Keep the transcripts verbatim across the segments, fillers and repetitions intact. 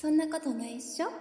そんなことないっしょ。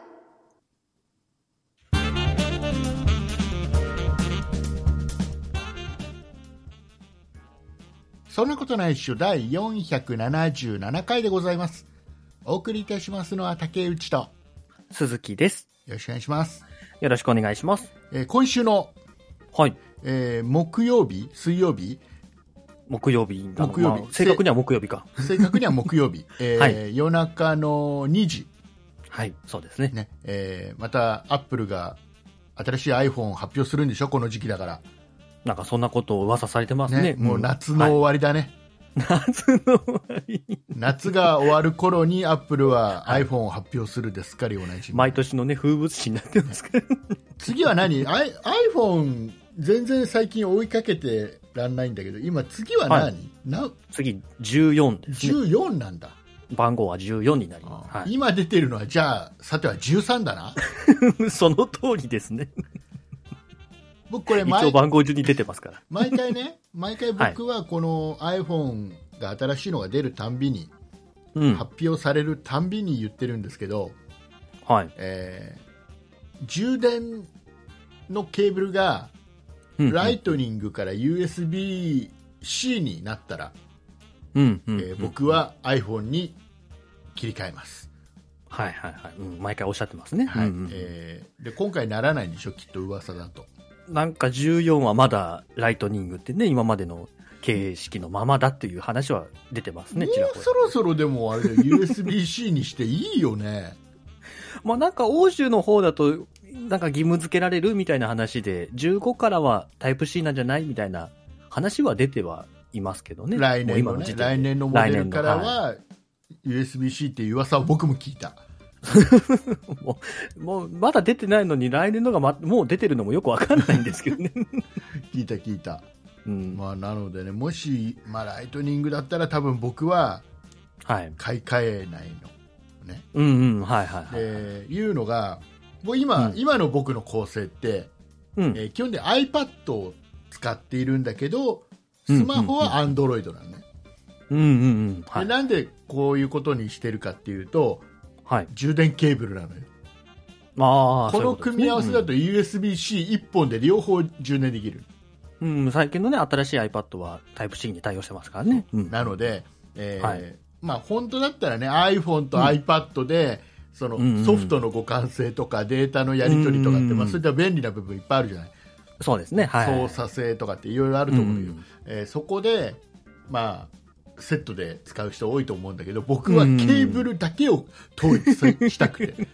そんなことないっしょだいよんひゃくななじゅうななかいでございます。お送りいたしますのは竹内と鈴木です。 よろしくお願いします。 よろしくお願いします。 えー、今週の、 はいえー、木曜日水曜日木曜日木曜日、 まあ、正確には木曜日か正確には木曜日、えーはい、夜中のにじ、 はいそうですねね、えー、またアップルが新しい iPhone を発表するんでしょ、この時期だから。 なんかそんなことを噂されてますね。 ね、もう夏の終わりだね、 はい、夏の終わり夏が終わる頃にアップルは iPhone を発表するですっかりおなじみ、 毎年のね風物詩になってますから次は何I iPhone 全然最近追いかけてらんないんだけど、今次は何、はい、な次じゅうよんですね。 じゅうよんなんだ。 番号はじゅうよんになります。 はい、今出てるのはじゃあさてはじゅうさんだなその通りですね僕これ一応番号順に出てますから毎回ね毎回僕はこの iPhone が新しいのが出るたんびに、うん、発表されるたんびに言ってるんですけど、 はいえー、充電のケーブルがライトニングから ユーエスビー-C になったら、 うんうんうんえー、僕は iPhone に切り替えます。 はいはいはい、うん、毎回おっしゃってますね、 はいうんうんえー、で今回ならないんでしょ、きっと噂だと。 なんかじゅうよんはまだライトニングってね、今までの形式のままだっていう話は出てますね。 もうそろそろでもあれユーエスビー-C にしていいよねまあなんか欧州の方だとなんか義務付けられるみたいな話で、じゅうごからはタイプ C なんじゃないみたいな話は出てはいますけどね。 来年のね、来年のモデルからは ユーエスビー-C っていう噂を僕も聞いたもう、もうまだ出てないのに来年のが、ま、もう出てるのもよくわかんないんですけどね聞いた聞いた、 うんまあ、なのでね、もし、まあ、ライトニングだったら多分僕は買い替えないのね、 うんうんはいはいはい、 でいうのがもう 今,、うん、今の僕の構成って、うんえー、基本で iPad を使っているんだけどスマホは Android なのね、 うんうんうんはい、 でなんでこういうことにしてるかっていうと、はい、充電ケーブルなのよ。 あこの組み合わせだと ユーエスビー-C いっぽんで両方充電できる、 うんうん、最近の、ね、新しい iPad は タイプ C に対応してますからね、うん、 なので、えーはいまあ、本当だったらね iPhone と iPad で、うん、そのソフトの互換性とかデータのやり取りとかって、まあ、そういった便利な部分いっぱいあるじゃない。 そうですね、はい、 操作性とかっていろいろあると思うよ、うんえー、そこで、まあセットで使う人多いと思うんだけど、僕はケーブルだけを統一したくて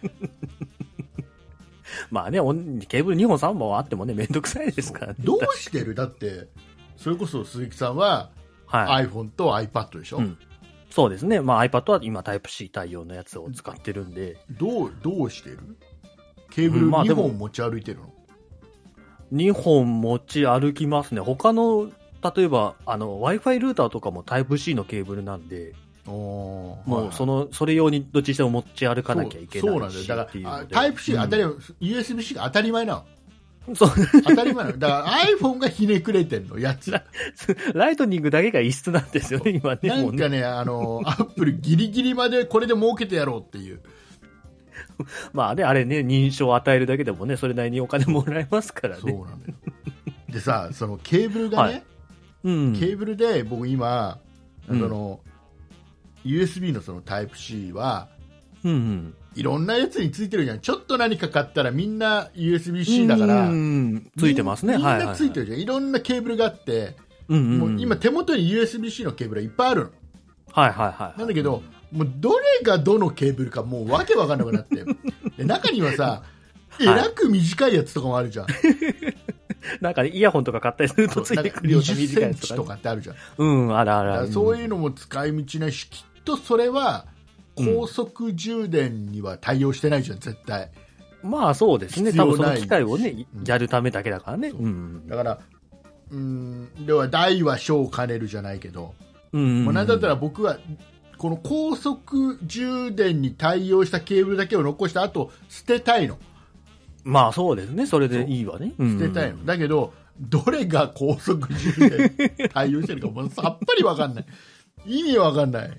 まあね、ケーブルにほんさんぼんあってもねめんどくさいですからね。 どうしてる？だってそれこそ鈴木さんは、はい、iPhone と iPad でしょ、うん、 そうですね、まあ、iPad は今タイプ C 対応のやつを使ってるんで。 どう、どうしてる？ケーブルにほん持ち歩いてるの？ うんまあ、にほん持ち歩きますね。他の例えばあの Wi-Fi ルーターとかもタイプ C のケーブルなんで、 おもうその、はい、それ用にどっちにしても持ち歩かなきゃいけないし。 そうなんだよ。だからタイプ C 当たり、うん、ユーエスビー-C が当たり前なの。 そう当たり前なの。だから iPhone がひねくれてんのやつ。 ライトニングだけが異質なんですよね今ね。 なんかね、ねあのアップルギリギリまでこれで儲けてやろうっていう。 まあね、あれね、認証を与えるだけでもねそれなりにお金もらえますからね。 そうなんだよ。でさ、そのケーブルがね。はいうん、ケーブルで僕今、うん、その ユーエスビー のそのタイプ C は、うんうん、いろんなやつについてるじゃん。ちょっと何か買ったらみんな ユーエスビー-C だから、うん、 ついてますね。 みんなついてるじゃん、はいはいはい、いろんなケーブルがあって、うんうんうん、もう今手元に ユーエスビー-C のケーブルがいっぱいあるの。 はいはいはい、 なんだけど、もうどれがどのケーブルかもうわけわかんなくなってで中にはさえらく短いやつとかもあるじゃん、はいなんか、ね、イヤホンとか買ったりするとついてくるような短いやつとか、ね、 にじゅっセンチとかってあるじゃん。 うん、あるあるある。 そういうのも使い道ないし、きっとそれは高速充電には対応してないじゃん、絶対。 まあそうですね。多分その機械をね、やるためだけだからね。うん、 だから、うん、では大は小を兼ねるじゃないけど、うんうんうん、もうなんだったら僕はこの高速充電に対応したケーブルだけを残した後捨てたいの。 まあそうですね、それでいいわね。 捨てたいの、うん、だけどどれが高速充電対応してるかもうさっぱり分かんない意味分かんない。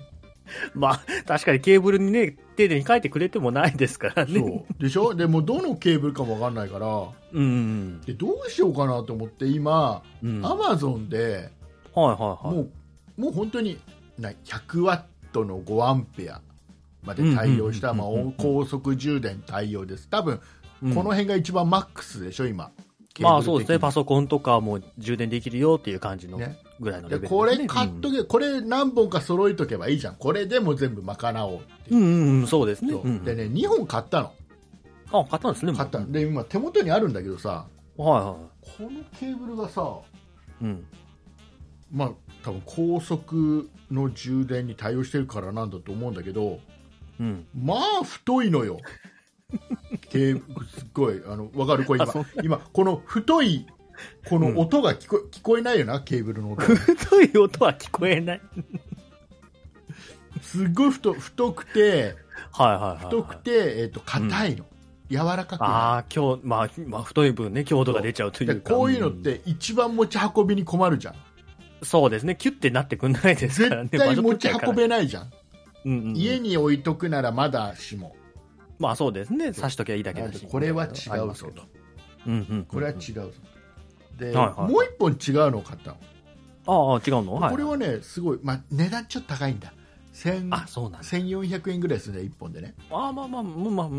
まあ、確かにケーブルにね、丁寧に書いてくれてもないですからね。 そうでしょ。でもどのケーブルかも分かんないから、 うん、 でどうしようかなと思って今、 うん、 アマゾンで、 はいはいはい、 もうもう本当になひゃくワットのごアンペアまで対応した高速充電対応です。多分この辺が一番マックスでしょ今。 まあそうですね。パソコンとかも充電できるよっていう感じのぐらいのレベルですね。 でこれ買っとけ、うん、これ何本か揃えとけばいいじゃん。これでも全部賄おうっていう。 うんうん、そうですね。 そうでね、にほん買ったの。 あ、買ったんですね。 買ったの。で今手元にあるんだけどさ、 はいはい。 このケーブルがさ、 うん、 まあ多分高速の充電に対応してるからなんだと思うんだけど、 うん、 まあ太いのよ。ケーブルすっごいあの分かるこれ 今, 今この太いこの音が聞こ、うん、聞こえないよなケーブルの音。 太い音は聞こえない。 すっごい 太, 太くて、 はいはいはいはい、 太くてえっ、ー、と硬いの、うん、柔らかくない。 ああ今日まあまあ太い分ね強度が出ちゃうというか。 こういうのって一番持ち運びに困るじゃん。 そうですね。キュッてなってくんないですからね。 絶対持ち運べないじゃん。 うんうんうん、 家に置いとくならまだしも。 まあそうですね。刺しときゃいいだけだし。 これは違うぞと。 うんうんうんうん、 これは違うぞと。で、 はいはい、 もう一本違うのを買ったの。ああ違うの、はい、 これはねすごい、まあ、値段ちょっと高いんだ。 あそうなんだ。 せんよんひゃくえんぐらいするねいっぽんでね。 あまあまあまあ、うん、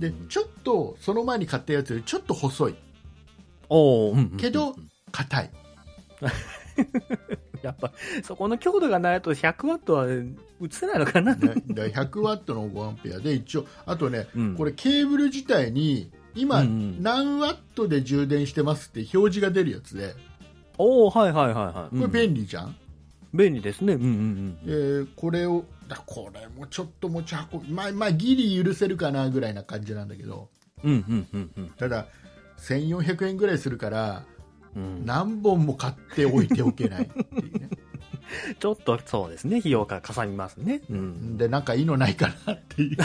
でちょっとその前に買ったやつよりちょっと細い。 お、うんうんうん、 けど硬い。 やっぱそこの強度がないとひゃくワットは映せないのかな。 ね、だひゃくワットのごアンペアで一応あとね、うん、これケーブル自体に今、うんうん、何ワットで充電してますって表示が出るやつで。 おおはいはいはいはい。 これ便利じゃん。 便利ですね。うんうんうん。でこれをだこれもちょっと持ち運びまあまあギリ許せるかなぐらいな感じなんだけど。 うんうんうんうん。 ただせんよんひゃくえんぐらいするから。 うん、 何本も買っておいておけないっていうね。 ちょっとそうですね費用がかさみますね、うん、 でなんかいいのないかなっていう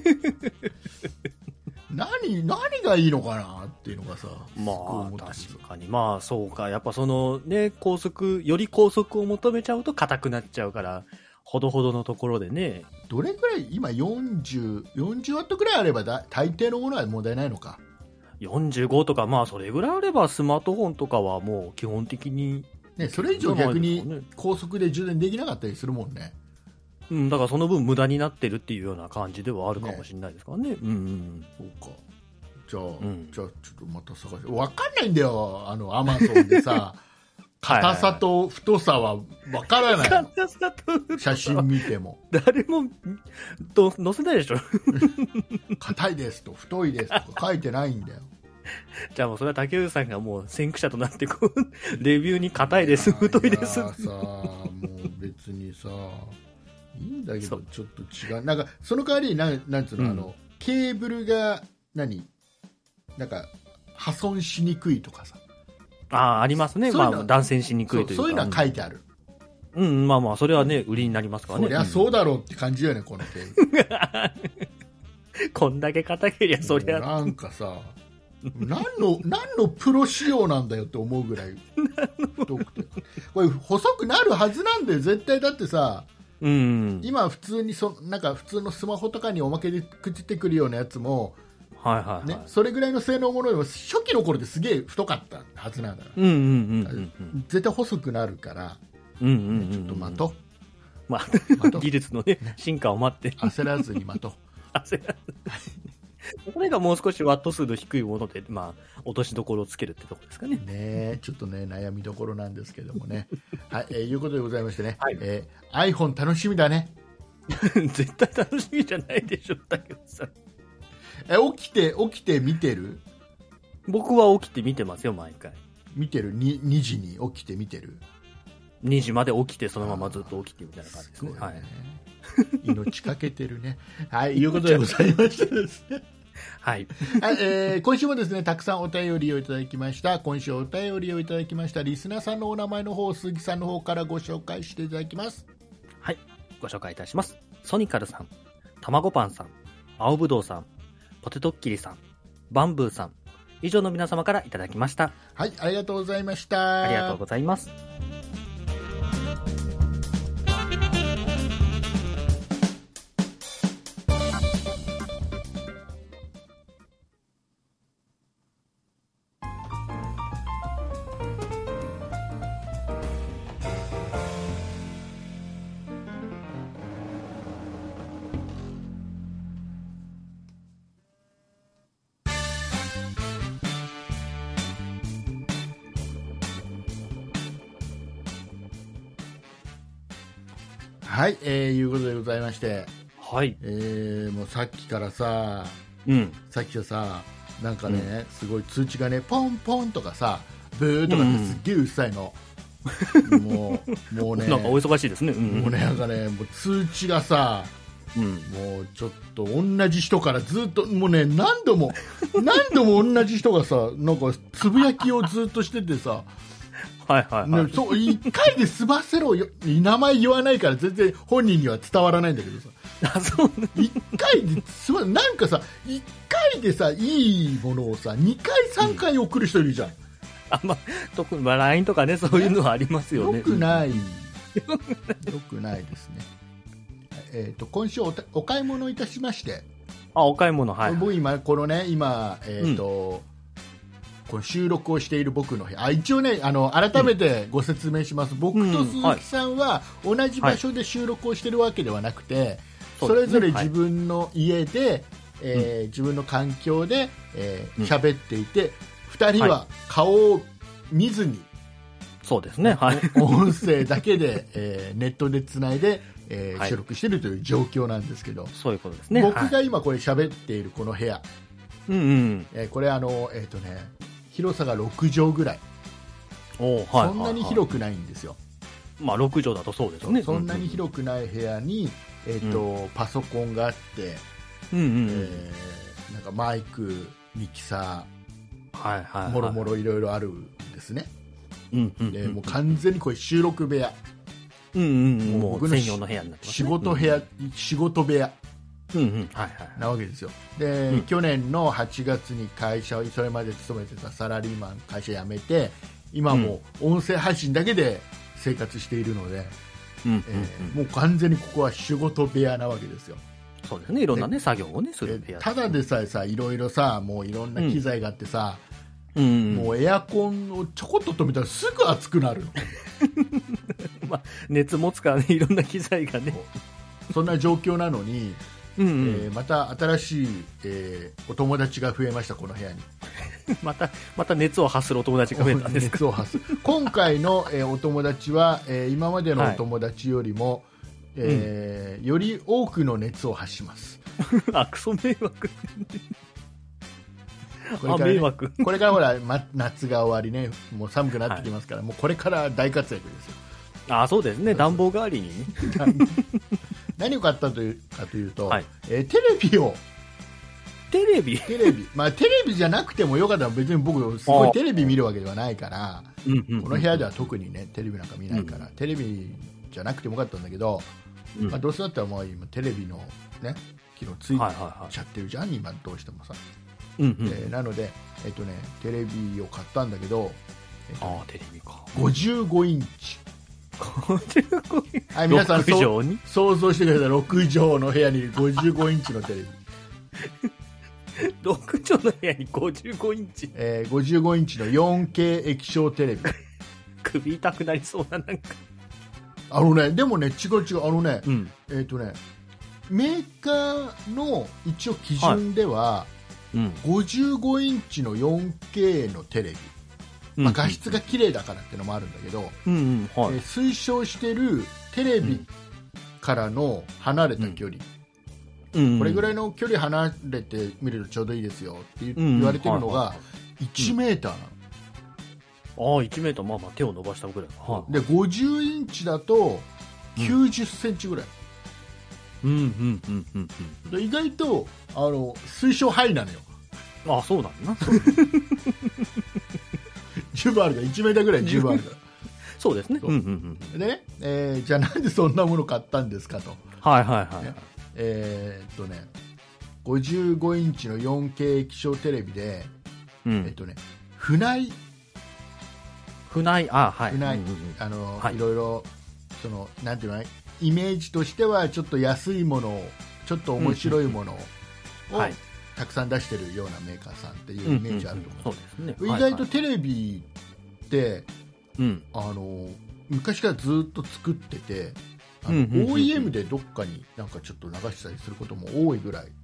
何何がいいのかなっていうのがさ、 まあ確かにまあそうかやっぱそのね高速より高速を求めちゃうと硬くなっちゃうからほどほどのところでね。 どれくらい今よんじゅう、よんじゅうワットくらいあればだ大抵のものは問題ないのか。 よんじゅうごとかまあそれぐらいあればスマートフォンとかはもう基本的に、 ね、それ以上逆に高速で充電できなかったりするもんね。 うん、だからその分無駄になってるっていうような感じではあるかもしれないですからね。うんうん、 そうか。じゃあ、うん、じゃあちょっとまた探して。わかんないんだよあのアマゾンでさ硬さと太さはわからないの。硬さと写真見ても誰もと載せないでしょ硬いですと太いですとか書いてないんだよじゃあもうそれは竹内さんがもう先駆者となってこうレビューに硬いです太いですさもう別にさいいんだけどちょっと違う。なんかその代わりなんなんつうの、うん、あのケーブルが何なんか破損しにくいとかさああ、ありますね。まあ、断線しにくいというか。 そういうのは書いてある。 うん、まあまあ、それはね、売りになりますからね。 そりゃそうだろうって感じよね、このケーブル。 こんだけ硬けりゃ、そりゃ。 なんかさ、何の、何のプロ仕様なんだよって思うぐらい太くて。これ、細くなるはずなんだよ、絶対。だってさ、 うん、 今、普通にそ、なんか普通のスマホとかにおまけでくっついてくるようなやつも、 はいはいはいね、それぐらいの性能ものでも初期の頃ですげえ太かったはずなんだから、 うんうんうんうんうん、 絶対細くなるから、 うんうんうんうん、 ちょっと待とう、 まあ、技術の、ね、進化を待って焦らずに待とう焦らずこれがもう少しワット数の低いもので、まあ、落としどころをつけるってところですかね。 ねちょっとね悩みどころなんですけどもねはい、えー、いうことでございましてね、 はいえー、iPhone 楽しみだね絶対楽しみじゃないでしょ竹内さん。 え起きて起きて見てる？ 僕は起きて見てますよ毎回。 見てる？ に, にじに起きて見てる？ にじまで起きてそのままずっと起きてみたいな感じですね。 すごいね、はい、命かけてるねはいいうことでございましてですねはい、 はいえー、今週もですねたくさんお便りをいただきました。今週お便りをいただきましたリスナーさんのお名前の方鈴木さんの方からご紹介していただきます。 はいご紹介いたします。ソニカルさん、たまごパンさん、青ぶどうさん、ポテトッキリさん、バンブーさん、以上の皆様からいただきました。 はい、ありがとうございました。 ありがとうございます。 はい、えー、いうことでございまして、 はい。 えー、もうさっきからさ、 うん。 さっきはさ、なんかね、うん、すごい通知がね、ポンポンとかさ、ブーとかってすっげえうっさいの。うん、もう、もうね、 なんかお忙しいですね。うん、 もうね、なんかね、もう通知がさ、うん、もうちょっと同じ人からずっと、もうね、何度も、何度も同じ人がさ、なんかつぶやきをずっとしててさ、 はいはいはい、 ね、そういっかいで済ませろよ、名前言わないから全然本人には伝わらないんだけどさ、 あ、そうね、 いっかいで済ま、なんかさ、いっかいでさ、いいものをさ、にかいさんかい送る人いるじゃん。うん、 あ、まあ、特に ライン とかね、そういうのはありますよね。 よくない、よくないですね。えー、と今週 お, お買い物いたしまして、 あ、お買い物、はい、はい、 僕今このね、今、えーとうん、この収録をしている僕の部屋、あ、一応ね、あの改めてご説明します、うん、僕と鈴木さんは同じ場所で収録をしているわけではなくて、はい、それぞれ自分の家で、はい、えー、自分の環境で喋、えー、っていて、ふたりは顔を見ずに、 そうですね、はい、 音声だけで、えー、ネットでつないで、えーはい、収録しているという状況なんですけど、 そういうことですね。 僕が今これ喋っているこの部屋、 うんうん、 えー、これあの、えーとね、広さがろくじょうぐらい、 お、はい、 そんなに広くないんですよ。 まあ、ろくじょうだとそうですよね。 そ, そんなに広くない部屋に、えーとうん、パソコンがあって、 うんうんうん、 えー、なんかマイク、ミキサー、はいはいはい、 もろもろいろいろあるんですね。 うんうんうん、 でもう完全にこれ収録部屋、 うんうんうん、もう僕の専用の部屋になってますね。 仕事部屋、うん、仕事部屋うんうんはいはい、 なわけですよ。で、うん、去年のはちがつに会社をそれまで勤めてたサラリーマン会社辞めて、今もう音声配信だけで生活しているので、うんえー、もう完全にここは仕事部屋なわけですよ。 そうですね、いろんなね作業をねする部屋。 ただでさえさ、いろいろさ、もういろんな機材があってさ、うんうん、もうエアコンをちょこっと止めたらすぐ暑くなるの。 まあ、熱持つからね、いろんな機材がね。 そんな状況なのに、 うんうん、 えー、また新しい、えー、お友達が増えました、この部屋に。 またまた熱を発するお友達が増えたんですか。 熱を発する今回の、えー、お友達は、えー、今までのお友達よりも、はい、えーうん、より多くの熱を発します。 あ、クソ迷惑。 これから、ね、迷惑これからほら、ま、夏が終わりね、もう寒くなってきますから、はい、もうこれから大活躍ですよ。 あ、そうですね、暖房代わりにね。 何を買ったというかというと、はい、えー、テレビをテレビテレビ、まあ、テレビじゃなくてもよかったら、別に僕すごいテレビ見るわけではないから、この部屋では特にねテレビなんか見ないから、うん、テレビじゃなくてもよかったんだけど、うん、まあ、どうせだったらもう今テレビのね機能ついちゃってるじゃん、はいはいはい、今どうしてもさ、うんうん、えー、なので、えっとね、テレビを買ったんだけど、 えっと、あテレビかごじゅうごインチごじゅうごインチ、 はい、皆さんそ想像してください。ろくじょうの部屋にごじゅうごインチのテレビ。 ろくじょうの部屋にごじゅうごインチ、 えー、ごじゅうごインチの よんケー 液晶テレビ。 首痛くなりそうな、なんかあのね、でもね、違う違う、あのね、うん、えっ、ー、とね、メーカーの一応基準では、はいうん、ごじゅうごインチの よんケー のテレビ、まあ、画質が綺麗だからっていうのもあるんだけど、うんうんはい、えー、推奨してるテレビからの離れた距離、うんうん、これぐらいの距離離れて見るとちょうどいいですよって言われてるのがいちメーターなの、 うん、ああいちメーター、まあまあ手を伸ばしたぐらい、 はい、でごじゅうインチだときゅうじゅっセンチぐらい、 うんうんうんうんうん、 で意外とあの推奨範囲なのよ。 ああそうなんだな。 十分あるから、いちメーターぐらい十分あるからそうですね。 そう、うんうんうん、でね、えー、じゃあなんでそんなもの買ったんですかと。 はいはいはい、 ね、えー、っとねごじゅうごインチの よんケー 液晶テレビで、うん、えー、っとね船井船井あはい船井、うんうんうん、あの、はい、いろいろそのなんていうのイメージとしてはちょっと安いものをちょっと面白いものを、うんうんはい、たくさん出してるようなメーカーさんっていうイメージあると思うんです、意外とテレビって、うん、あの昔からずっと作ってて、あの、うんうんうんうん、オーイーエム でどっかになんかちょっと流したりすることも多いぐらい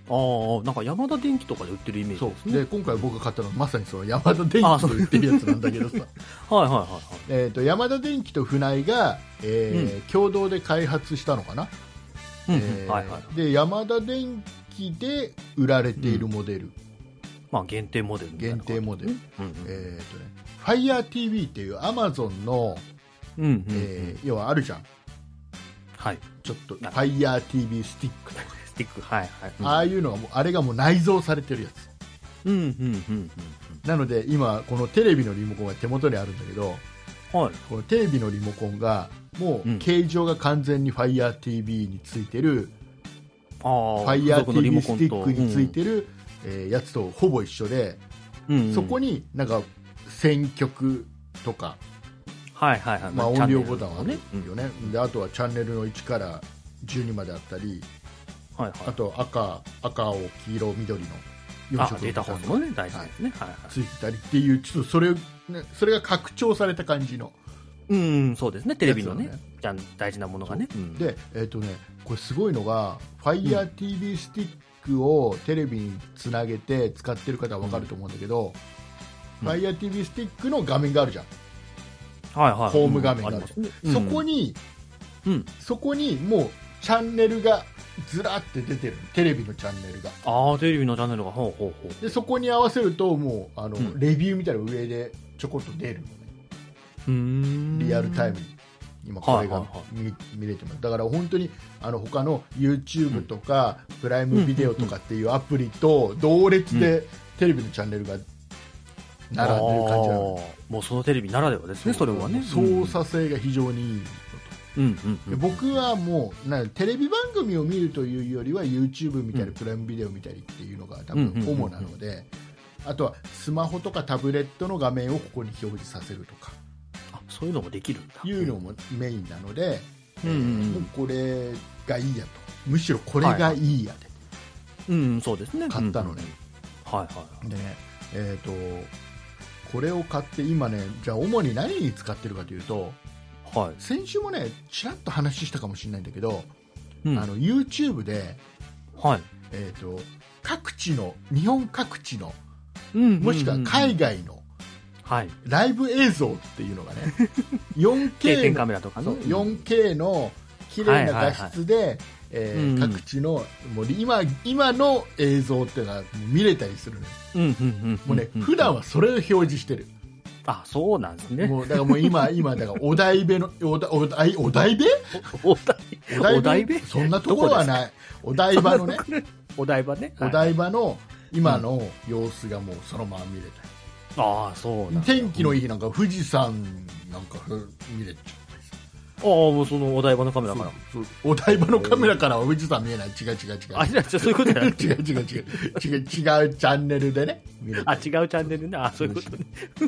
ああ、なんかヤマダ電機とかで売ってるイメージですね。 そうで今回僕が買ったのはまさにそのヤマダ電機と売ってるやつなんだけどさはいはいはいはい。 えーとヤマダ電機と船井が、えーうん、共同で開発したのかな、うんえーはいはい、でヤマダ電機で売られているモデル、うん、 まあ限定モデルみたいな限定モデル、うんうん、えーとね、Fire ティーブイ っていう Amazon の、うんうんうんえー、要はあるじゃん、 はい、 ちょっと Fire ティーブイ スティックとかスティック、はいはい、 ああいうのがもうあれがもう内蔵されてるやつ、 うんうんうんうん、 なので今このテレビのリモコンが手元にあるんだけど、はい、このテレビのリモコンがもう形状が完全に Fire ティーブイ についてる、うん、Fire ティーブイ スティックについてる、うんえー、やつとほぼ一緒で、うんうん、そこになんか選曲とか、 はいはいはい、 まあ、音量ボタンはあるよね、うん、であとはチャンネルのいちからじゅうにまであったり、はいはい、あと赤、赤青、黄色、緑のよん色データフォンもね大事ですね、はいはい、 ついてたりっていうちょっとそれ、ね、それが拡張された感じの、 うん、そうですね、テレビのね、じゃ大事なものがね。 うん、で、えーとね、これすごいのが Fire ティーブイ スティックをテレビにつなげて使ってる方は分かると思うんだけど、うん、Fire ティーブイ スティックの画面があるじゃん、はいはい、ホーム画面がある、うんあね、そこに、うん、そこにもうチャンネルがずらって出てる、テレビのチャンネルが、 ああテレビのチャンネルがほうほうほうでそこに合わせるともうあの、うん、レビューみたいなの上でちょこっと出るのね、うーんリアルタイムに今これが 見,、はいはいはい、見れてます。だから本当にあの他の YouTube とか、うん、プライムビデオとかっていうアプリと同列でテレビのチャンネルが並んでる感じなの、 うん、もうそのテレビならではですね、それはね操作性が非常にいいのと、うんうんうん、僕はもうなテレビ番組を見るというよりは YouTube 見たりプライムビデオ見たりっていうのが多分主なので、あとはスマホとかタブレットの画面をここに表示させるとか、 あそういうのもできるんだ、 いうのもメインなので、うんうんうん、もうこれがいいやと、むしろこれがいいやで、 はい、うん、そうですね、 買ったのね、 うん、はいはいでね、えーとこれを買って今ね、じゃあ主に何に使ってるかというと、はい、先週もねちらっと話したかもしれないんだけど、うん、あの YouTube で、はいえーと各地の日本各地の、うんうんうん、もしくは海外の、はい、ライブ映像っていうのがねよんケー定点カメラとかのよんケー の綺麗な画質で、はいはいはいえーうん、各地のもう 今, 今の映像っていうのは見れたりするのよ、うんうんうん、もうね普段はそれを表示してる。 あ、そうなんですね。 もうだからもう今今だからお台場のおだおだお台場お台お台場そんなところはない。お台場のねお台場ね、 はい、お台場の今の様子がもうそのまま見れたり、 うん、ああそうなんだ。 天気のいい日なんか富士山なんか見れちゃう。 ああもうそのお台場のカメラからそうそうお台場のカメラからは富士山見えない。違う違う違う。 あじゃあそういうことじゃなくて違う違う違う違う違う違うチャンネルでね見れあ違うチャンネルね。あそういうことね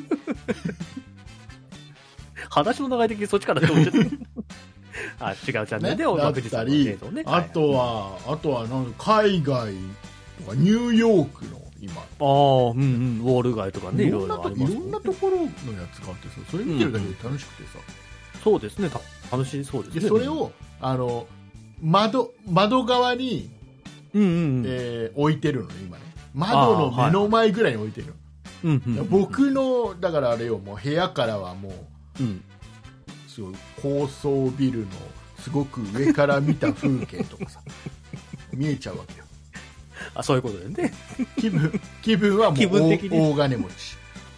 話の流れ的にそっちからって思っちゃったあ違うチャンネルで、ね、 だったり、ね、あとは、はい、あとはなんか海外とかニューヨークの今ああうんうんウォール街とかねいろんなと、いろんなところのやつがあってさ、それ見てるだけで楽しくてさ、 うん、そうですね楽しいそうですね。 でそれをあの 窓, 窓側に、うんうんうんえー、置いてるのね今ね。窓の目の前ぐらいに置いてるの、はいはい、僕のだからあれよもう部屋からはもう、うん、すごい高層ビルのすごく上から見た風景とかさ見えちゃうわけよ。 あそういうことだよね。 気分気分はもう大金持ち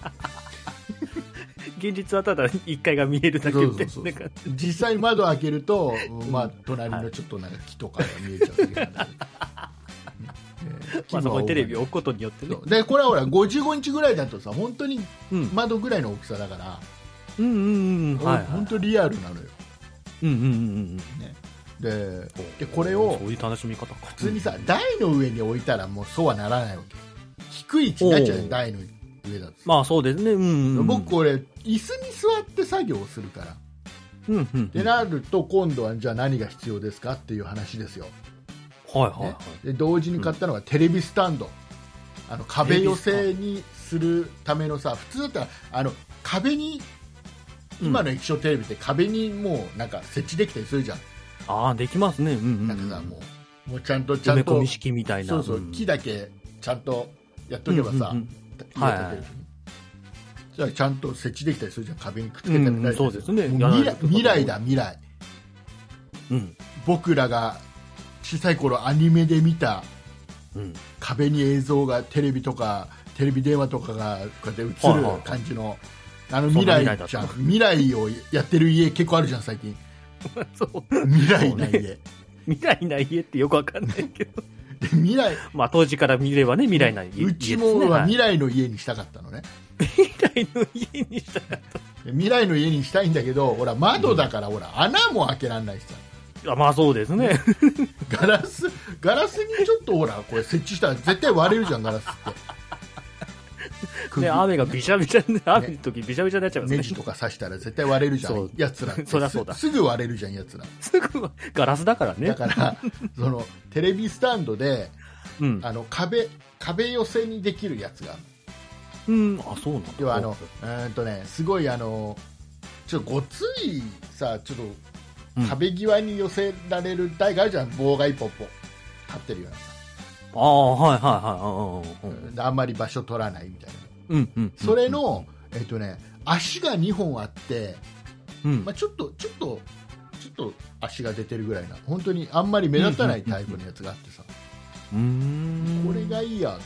現実はただいっかいが見えるだけみたいな。 実際窓開けると、まあ、隣のちょっとなんか木とかが見えちゃうだけなんだけど、 まあそこにテレビを置くことによってね。 でこれはほらごじゅうごインチぐらいだとさ本当に窓ぐらいの大きさだから、うんうんうんうん、はいはい、本当リアルなのよ。うんうんうんうんね。で, でこれをそういう楽しみ方か。 普通にさ台の上に置いたらもうそうはならないわけ。低い位置になっちゃうよ台の上だと。 まあそうですね、うんうん、 僕これ椅子に座って作業をするから、うんうんうん、でなると今度はじゃあ何が必要ですかっていう話ですよ。はいはいはいね、で同時に買ったのがテレビスタンド、うん、あの壁寄せにするためのさ、普通だったらあの壁に今の液晶テレビって壁にもうなんか設置できたりするじゃん。 ああできますね、うんうん、 なんかさもうもうちゃんとちゃんと埋め込み式みたいな。 そうそう、うん、木だけちゃんとやっとけばさ、うんうんうん、はいはい、じゃあちゃんと設置できたりするじゃん、壁にくっつけてみたり、うん、 そうですね。 未来、未来だ未来、 うん、 僕らが小さい頃アニメで見た、 うん、 壁に映像がテレビとかテレビ電話とかがこうやって映る感じの、はいはい、あの未来じゃん、未来をやってる家結構あるじゃん最近そう未来な家、ね、 未来な家ってよくわかんないけどで未来、 まあ当時から見ればね未来な家、 うちもは未来の家にしたかったのね、 はい、未来の家にしたかった未来の家にしたいんだけど、ほら窓だから、うん、ほら穴も開けられないしさ、 あ、まあそうですねガラスガラスにちょっとほらこれ設置したら絶対割れるじゃんガラスってね、雨がびしゃびしゃで、雨の時びしゃびしゃになっちゃいますね。 ネジとか刺したら絶対割れるじゃん、やつら。 そりゃそうだ。 すぐ割れるじゃん、やつら。 すぐ、ガラスだからね。 だから、その、テレビスタンドで、 うん、 あの、壁、壁寄せにできるやつがある。うん、あ、そうなんだ。 要はあの、うんとね、すごいあの、ちょっとごついさ、ちょっと、壁際に寄せられる台があるじゃん、棒が一本ポ立ってるようなさ。 ああ、はいはいはい。 あ, あ, あんまり場所取らないみたいな。 うんうん、 それの、えーとね、足がにほんあって、 うんまあ、ちょっとちょっとちょっと足が出てるぐらいな、本当にあんまり目立たないタイプのやつがあってさ、 うーんこれがいいやと思って、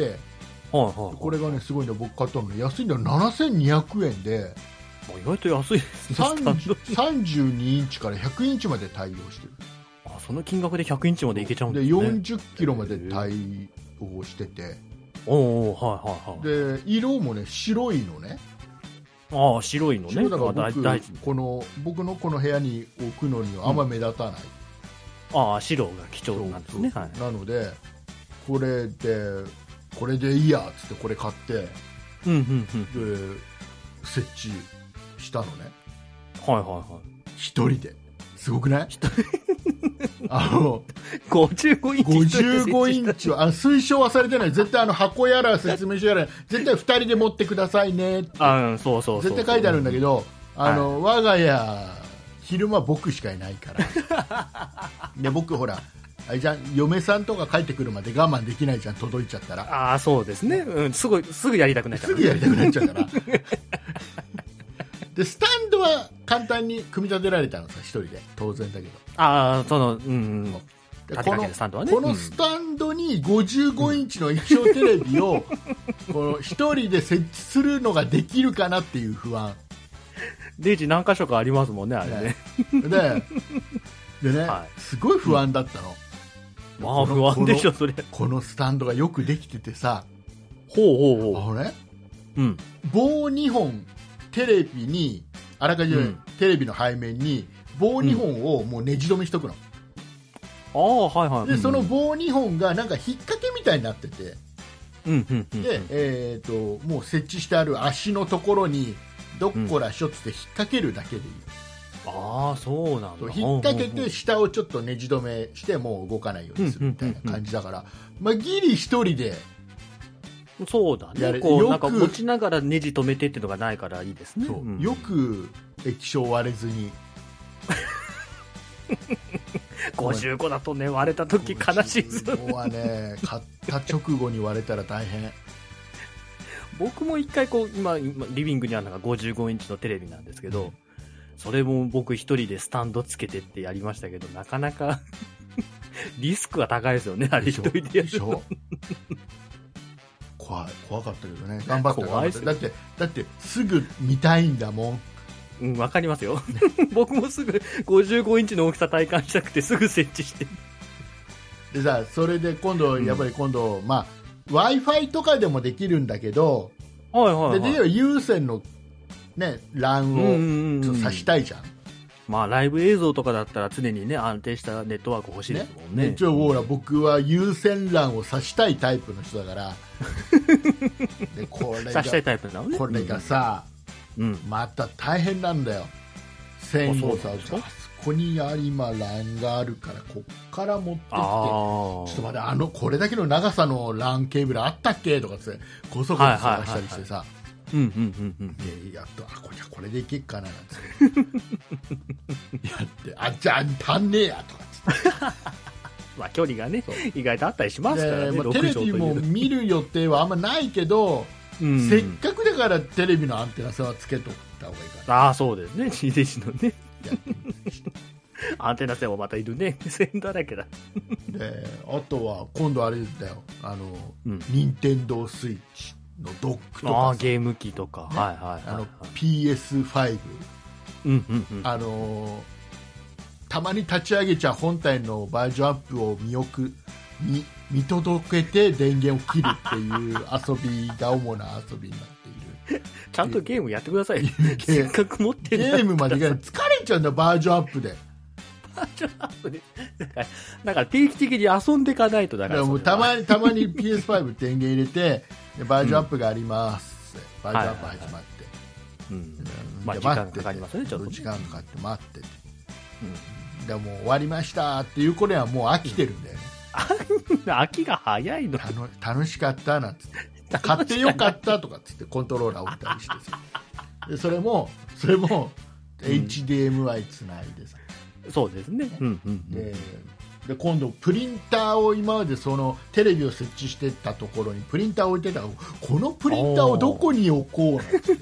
はいはいはい、 これがねすごいの、僕買ったのね、安いのななせんにひゃくえんで、 意外と安いですね。 さんじゅうにインチからひゃくインチまで対応してる。 あ、その金額でひゃくインチまでいけちゃうんですね。 でよんじゅっキロまで対応してて、 おお、はいはいはい。で色もね白いのね。 ああ、白いのね。 だから僕、この僕のこの部屋に置くのにはあんま目立たない。 うん、ああ、白が貴重なんですね。 そうそうそう、はい、なのでこれでこれでいいやっつってこれ買って、 うんうんうん、 で設置したのね。 はいはいはい。 一人ですごくない？あのごじゅうごインチごじゅうごインチはあの推奨はされてない。絶対あの箱やら説明書やら絶対ふたりで持ってくださいねって、 あ、そうそうそうそう、 絶対書いてあるんだけど、あの、はい、我が家昼間僕しかいないからで僕ほらあれじゃん、嫁さんとか帰ってくるまで我慢できないじゃん、届いちゃったら。 ああ、そうですね、うん、すぐすぐやりたくなっちゃう、 すぐやりたくなっちゃうからでスタンドは簡単に組み立てられたのさ、一人で当然だけど。 ああ、その、うん、 このスタンドはね、このスタンドにごじゅうごインチの液晶テレビをこの一人で設置するのができるかなっていう不安。 レジ何箇所かありますもんね、あれね。 ねででね、はい、すごい不安だったの。 うん、まあ不安でしょそれ。 このスタンドがよくできててさ、 ほうほうほう。 あのね、 うん、 棒にほんテレビにあらかじめ、うん、テレビの背面に棒にほんをもうネジ止めしとくの。 ああ、はいはい。 でその棒にほんがなんか引っ掛けみたいになってて、 うんうんうん、 で、えーと、もう設置してある足のところにどっこらしょっつって引っ掛けるだけでいい。 うん、ああ、そうなんだ。 引っ掛けて下をちょっとネジ止めしてもう動かないようにするみたいな感じだから、まあ、ギリ一人で。 そうだね。こうなんか持ちながらネジ止めてっていうのがないからいいですね。 そう、うん、よく液晶割れずにごじゅうごだとね、割れた時悲しいですよね。 ごじゅうごはね、買った直後に割れたら大変。 僕も一回こう 今, 今リビングにあるのがごじゅうごインチのテレビなんですけど、うん、それも僕一人でスタンドつけてってやりましたけど、なかなかリスクは高いですよね、あれ一人でやる。でしょ怖い、怖かったけどね、頑張って頑張って。だってだってすぐ見たいんだもん。 うん、わかりますよ僕もすぐごじゅうごインチの大きさ体感したくてすぐ設置してでさ、それで今度やっぱり今度、うん、まあ Wi-Fi とかでもできるんだけど、 はいはいはい、 でで有線のね ラン をちょっと挿したいじゃん。 まあライブ映像とかだったら常にね安定したネットワーク欲しいですもんね。 ね、一応ほら僕は有線 ラン を挿したいタイプの人だからでこれが挿したいタイプなのね。 これがさ、うん、また大変なんだよ。線をさ、あそこに今ランがあるからこっから持ってきて、ちょっと待って、あのこれだけの長さのランケーブルあったっけとかってこそこそ探したりしてさ、 うんうんうんうん、やっとあこれこれでいけっかななんてやって、あじゃあ足んねえやとかっつってまあ距離がね意外とあったりしますからね。 まあ、テレビも見る予定はあんまないけど、うん、せっかくだからテレビのアンテナ線はつけといた方がいいかな。 ああそうですね、地デジのねアンテナ線もまたいるね、線だらけだであとは今度あれだよ、あの、うん、任天堂スイッチのドックとか、 あゲーム機とか、ね、はいはいはいはい、 あの ピーエスファイブ、 うんうんうん、 あのたまに立ち上げちゃ本体のバージョンアップを見送見見届けて電源を切るっていう遊びが主な遊びになっているちゃんとゲームやってくださいせっかく持ってるゲームまで疲れちゃうんだバージョンアップでバージョンアップでだから、だから定期的に遊んでいかないとだからもうたまにたまに ピーエスファイブ 電源入れてバージョンアップがあります、うん、バージョンアップ始まって、はいはいはい、うん、 まあ時間かかりますね、ちょっと、ね、 時間かかって待ってて、うん、でもう終わりましたっていう頃にはもう飽きてるんだよね、 うん、飽きが早いの。 楽しかったなんつって買ってよかったとかつってコントローラー置いたりしてさでそれもそれも エイチディーエムアイ つないでさ、 うん、そうですね、うんうんうん、 でで今度プリンターを今までそのテレビを設置してたところにプリンターを置いてたらこのプリンターをどこに置こうなんて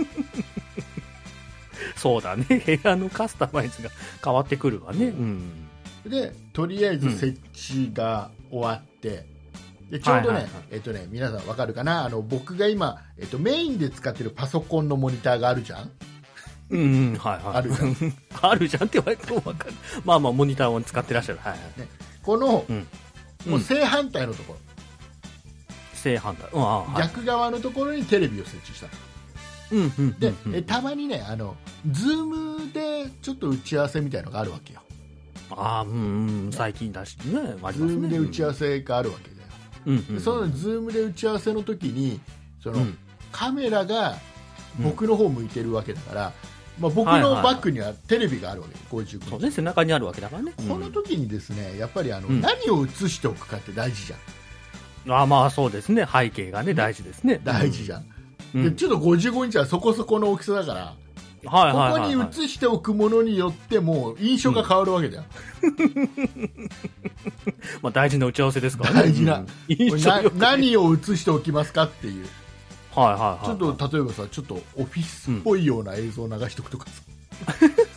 そうだね、部屋のカスタマイズが変わってくるわね、うん、 でとりあえず設置が終わって、うん、でちょうどね、はいはいはい、えっとね皆さんわかるかな、あの僕が今、えっと、メインで使ってるパソコンのモニターがあるじゃん、 うんうんはいはい、あるじゃんあるじゃんって言われても分かるまあまあモニターを使ってらっしゃる、はいはいね、この、うん、もう正反対のところ、 正反対、うんああ逆側のところにテレビを設置した、 うんうんうん、 で、えたまにねあのズームでちょっと打ち合わせみたいなのがあるわけよ。 ああうんうん最近だしね、ありますね、 ズームで打ち合わせがあるわけだよ、うんうんうん、でそのズームで打ち合わせの時にその、うん、カメラが僕の方向いてるわけだから、うんまあ、僕のバッグにはテレビがあるわけ、ごじゅうごインチ、 そうね、背中にあるわけだからね、 この時にですねやっぱりあの、うん、何を映しておくかって大事じゃん。 あまあそうですね、背景がね大事ですね、 大事じゃん、うん、でちょっとごじゅうごインチはそこそこの大きさだから、 はいはいはいはい、 ここに映しておくものによっても印象が変わるわけだよ、 うんまあ、大事な打ち合わせですからね、大事な、うん、な何を映しておきますかっていう、 はいはいはい、 ちょっと例えばさちょっとオフィスっぽいような映像を流しておくとかさ、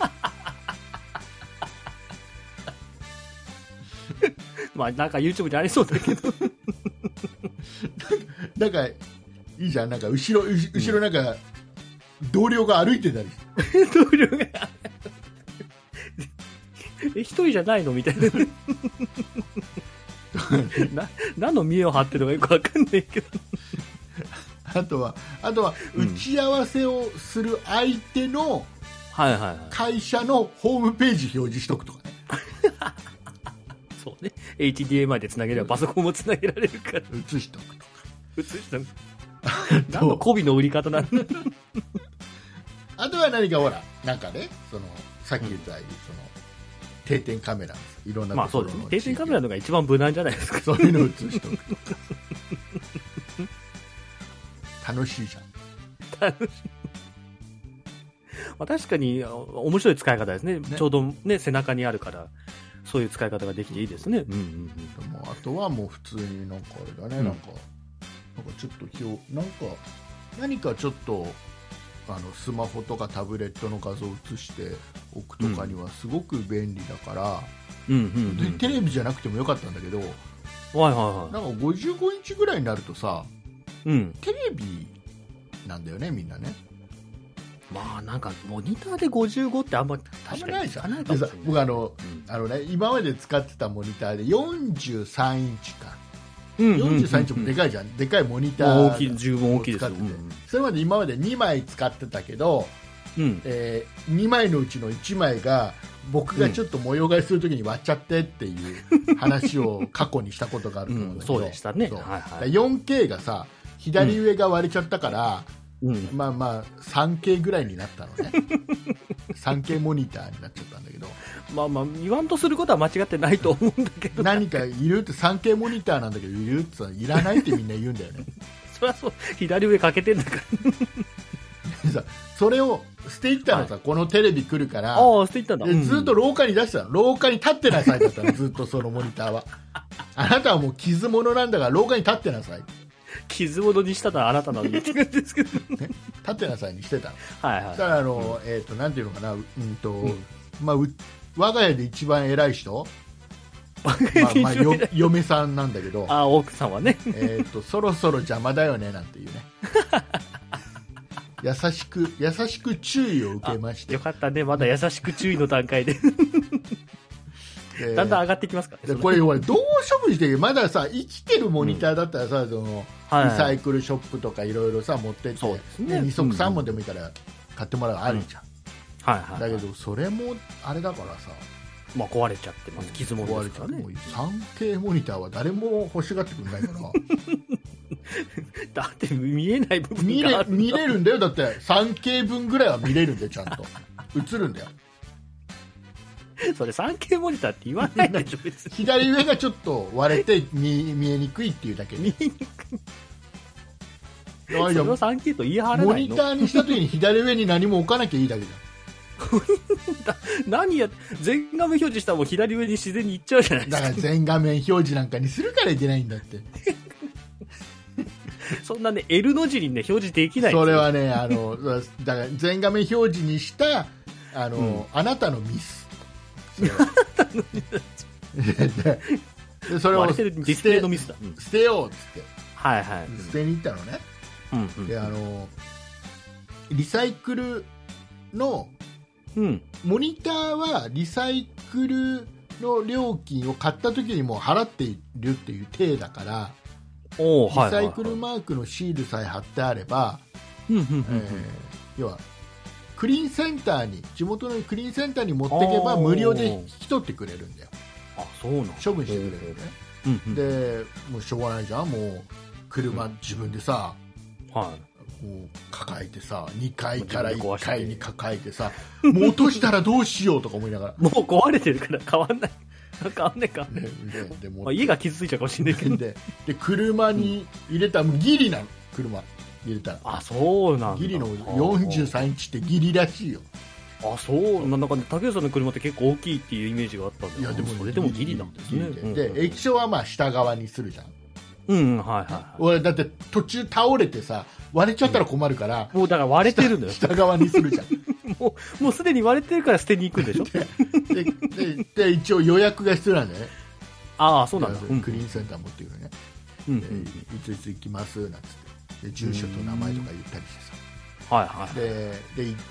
うん、まあなんか YouTube にありそうだけどなんかいいじゃん、なんか後ろ後ろなんか、うん同僚が歩いてたり同僚がえ一人じゃないのみたいなな何の見栄を張ってるのかよく分かんないけどあとはあとは打ち合わせをする相手の会社のホームページ表示しとくとかねそうね エイチディーエムアイ でつなげればパソコンもつなげられるから写しとくとか写しとく何の媚びの売り方なんだあとは何かほらなんかねそのさっき言ったように、うん、その定点カメラいろんなところの、 まあそうですね、定点カメラのが一番無難じゃないですかそういうのを映しとく楽しいじゃん楽しい、 まあ、確かに面白い使い方ですね、ねちょうどね背中にあるからそういう使い方ができていいですね、うんうんうん、 でもあとはもう普通になんかあれだね、うん、なんかなんかちょっと表なんか何かちょっとあのスマホとかタブレットの画像を映しておくとかにはすごく便利だから、うんうんうんうん、テレビじゃなくてもよかったんだけど、はいはいはい、 なんかごじゅうごインチぐらいになるとさ、 うん、 テレビなんだよねみんなね。 まあなんかモニターでごじゅうごってあんま確かにないじゃん。でさ僕あの、うん、あのね今まで使ってたモニターでよんじゅうさんインチか。よんじゅうさんインチもでかいじゃん、うんうんうん、でかいモニター大きい十分大きいですよ、うんうん、 それまで今までにまい使ってたけど、うんえー、にまいのうちのいちまいが僕がちょっと模様替えするときに割っちゃってっていう話を過去にしたことがあると思うんだけど、 うん、そうでしたね、はいはい、 よんケー がさ左上が割れちゃったから、うん、まあまあ スリーケー ぐらいになったのねスリーケー モニターになっちゃったんだけどまあまあ言わんとすることは間違ってないと思うんだけど何かいるって スリーケー モニターなんだけどいるってさいらないってみんな言うんだよねそりゃそう左上欠けてんだからさそれを捨て行ったのさ、はい、このテレビ来るからああ捨て行ったんだ、 でずっと廊下に出したの、廊下に立ってなさいだったのずっとそのモニターはあなたはもう傷物なんだから廊下に立ってなさい、 傷物にしたのはあなたなのにって感じですけど、ね、 立ってなさいにしてたの。 はいはい。 そしたらあの、うん、えっ、ー、となんていうのかな、うんと、うん、まあ我が家で一番偉い人、まあまあ、よ嫁さんなんだけど、 あ奥さんはね、 えーとそろそろ邪魔だよねなんていうね優しく優しく注意を受けまして、 よかったね、まだ優しく注意の段階でだんだん上がってきますからね。 これどう処分してまださ生きてるモニターだったらさ、うん、そのリサイクルショップとかいろいろさ持ってって、ね、に足さんぼんでもいいから買ってもらうあるじゃん、うんはいはいはい、だけどそれもあれだからさ、 まあ、壊れちゃってます、傷もですからね。 スリーケー モニターは誰も欲しがってくれないからだって見えない部分がある見れ、見れるんだよ、だって スリーケー 分ぐらいは見れるんだよ、ちゃんと映るんだよそれ スリーケー モニターって言わないでしょ別に左上がちょっと割れて 見, 見えにくいっていうだけで見えにくいそれを スリーケー と言い張らないの。 モニターにした時に左上に何も置かなきゃいいだけじゃん何や全画面表示したらもう左上に自然に行っちゃうじゃないですか。 だから全画面表示なんかにするからいけないんだってそんなね L の字にね表示できないんですよ。 それはねあのだから全画面表示にしたあの、うん、あなたのミスあなたのミスでそれをディスプレイのミスだ、 うん、捨てようっつってはいはい捨てに行ったのね、うんうん、であのリサイクルのうん、モニターはリサイクルの料金を買った時にもう払っているっていう体だから、おリサイクルマークのシールさえ貼ってあれば、えー、要はクリーンセンターに地元のクリーンセンターに持っていけば無料で引き取ってくれるんだよ。 あそうなん処分してくれるんだよね、うんうん、でもうしょうがないじゃん、もう車、うん、自分でさ、はいもう抱えてさにかいからいっかいに抱えてさもう落としたらどうしようとか思いながらもう壊れてるから変わんない変わんないかんないででも、まあ、家が傷ついちゃうかもしれないけどでで車に入れたら、うん、ギリなの車入れたらあそうなんだギリのよんじゅうさんインチってギリらしいよ。 あそうなんかね竹内さんの車って結構大きいっていうイメージがあったんで、いやでもそれでもギリなんですね。 で、うん、液晶はまあ下側にするじゃん。 うん、はいはい、はい、 俺だって途中倒れてさ割れちゃったら困るから、 うん、もうだから割れてるんだよ下, 下側にするじゃんもうもうすでに割れてるから捨てに行くんでしょでででで一応予約が必要なんだよね。 ああそうなんだ、 クリーンセンター持ってくるね、うんうん、いついつ行きますなんつってで住所と名前とか言ったりしてさ、はいはい、でで行って、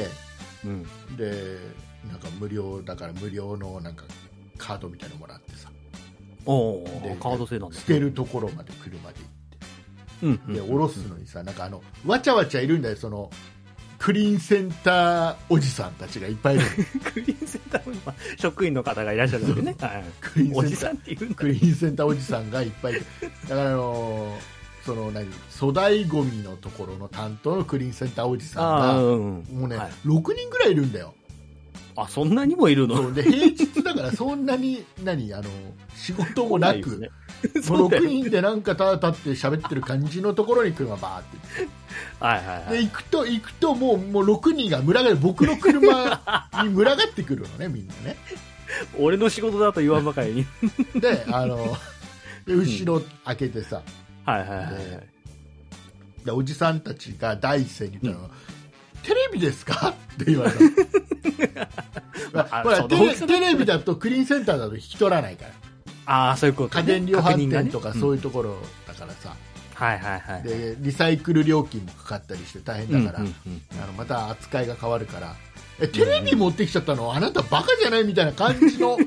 うん、でなんか無料だから無料のなんかカードみたいなのもらってさ、 おでカード制なんです、 ね、捨てるところまで車で行って、うんうん、で下ろすのにさなんかあのわちゃわちゃいるんだよ、そのクリーンセンターおじさんたちがいっぱいいるクリーンセンター、まあ、職員の方がいらっしゃるわけねクリーンおじさんっていうんだ、 クリーンセンターおじさんがいっぱいいるだからあのその何粗大ごみのところの担当のクリーンセンターおじさんが、うん、もうね、はい、ろくにんぐらいいるんだよ。 あそんなにもいるの。 で平日だからそんなに何あの仕事もなく、ね、もうろくにんでなんかただ立って喋ってる感じのところに車バーってはいはい、はい、で行くと行くともうもうろくにんが群がる、僕の車に群がってくるのねみんなね俺の仕事だと言わんばかりにであので後ろ開けてさ、 うん、はいはいはい、 でおじさんたちが第一声に言ったのは、うん、テレビですかって言われたまあ、ほらテレ、テレビだとクリーンセンターだと引き取らないから、 ああそういうこと、 ね、家電量販店とかそういうところだからさ、うん、はいはいはい、でリサイクル料金もかかったりして大変だから、うんうんうん、あのまた扱いが変わるから、えテレビ持ってきちゃったの、うん、あなたバカじゃないみたいな感じの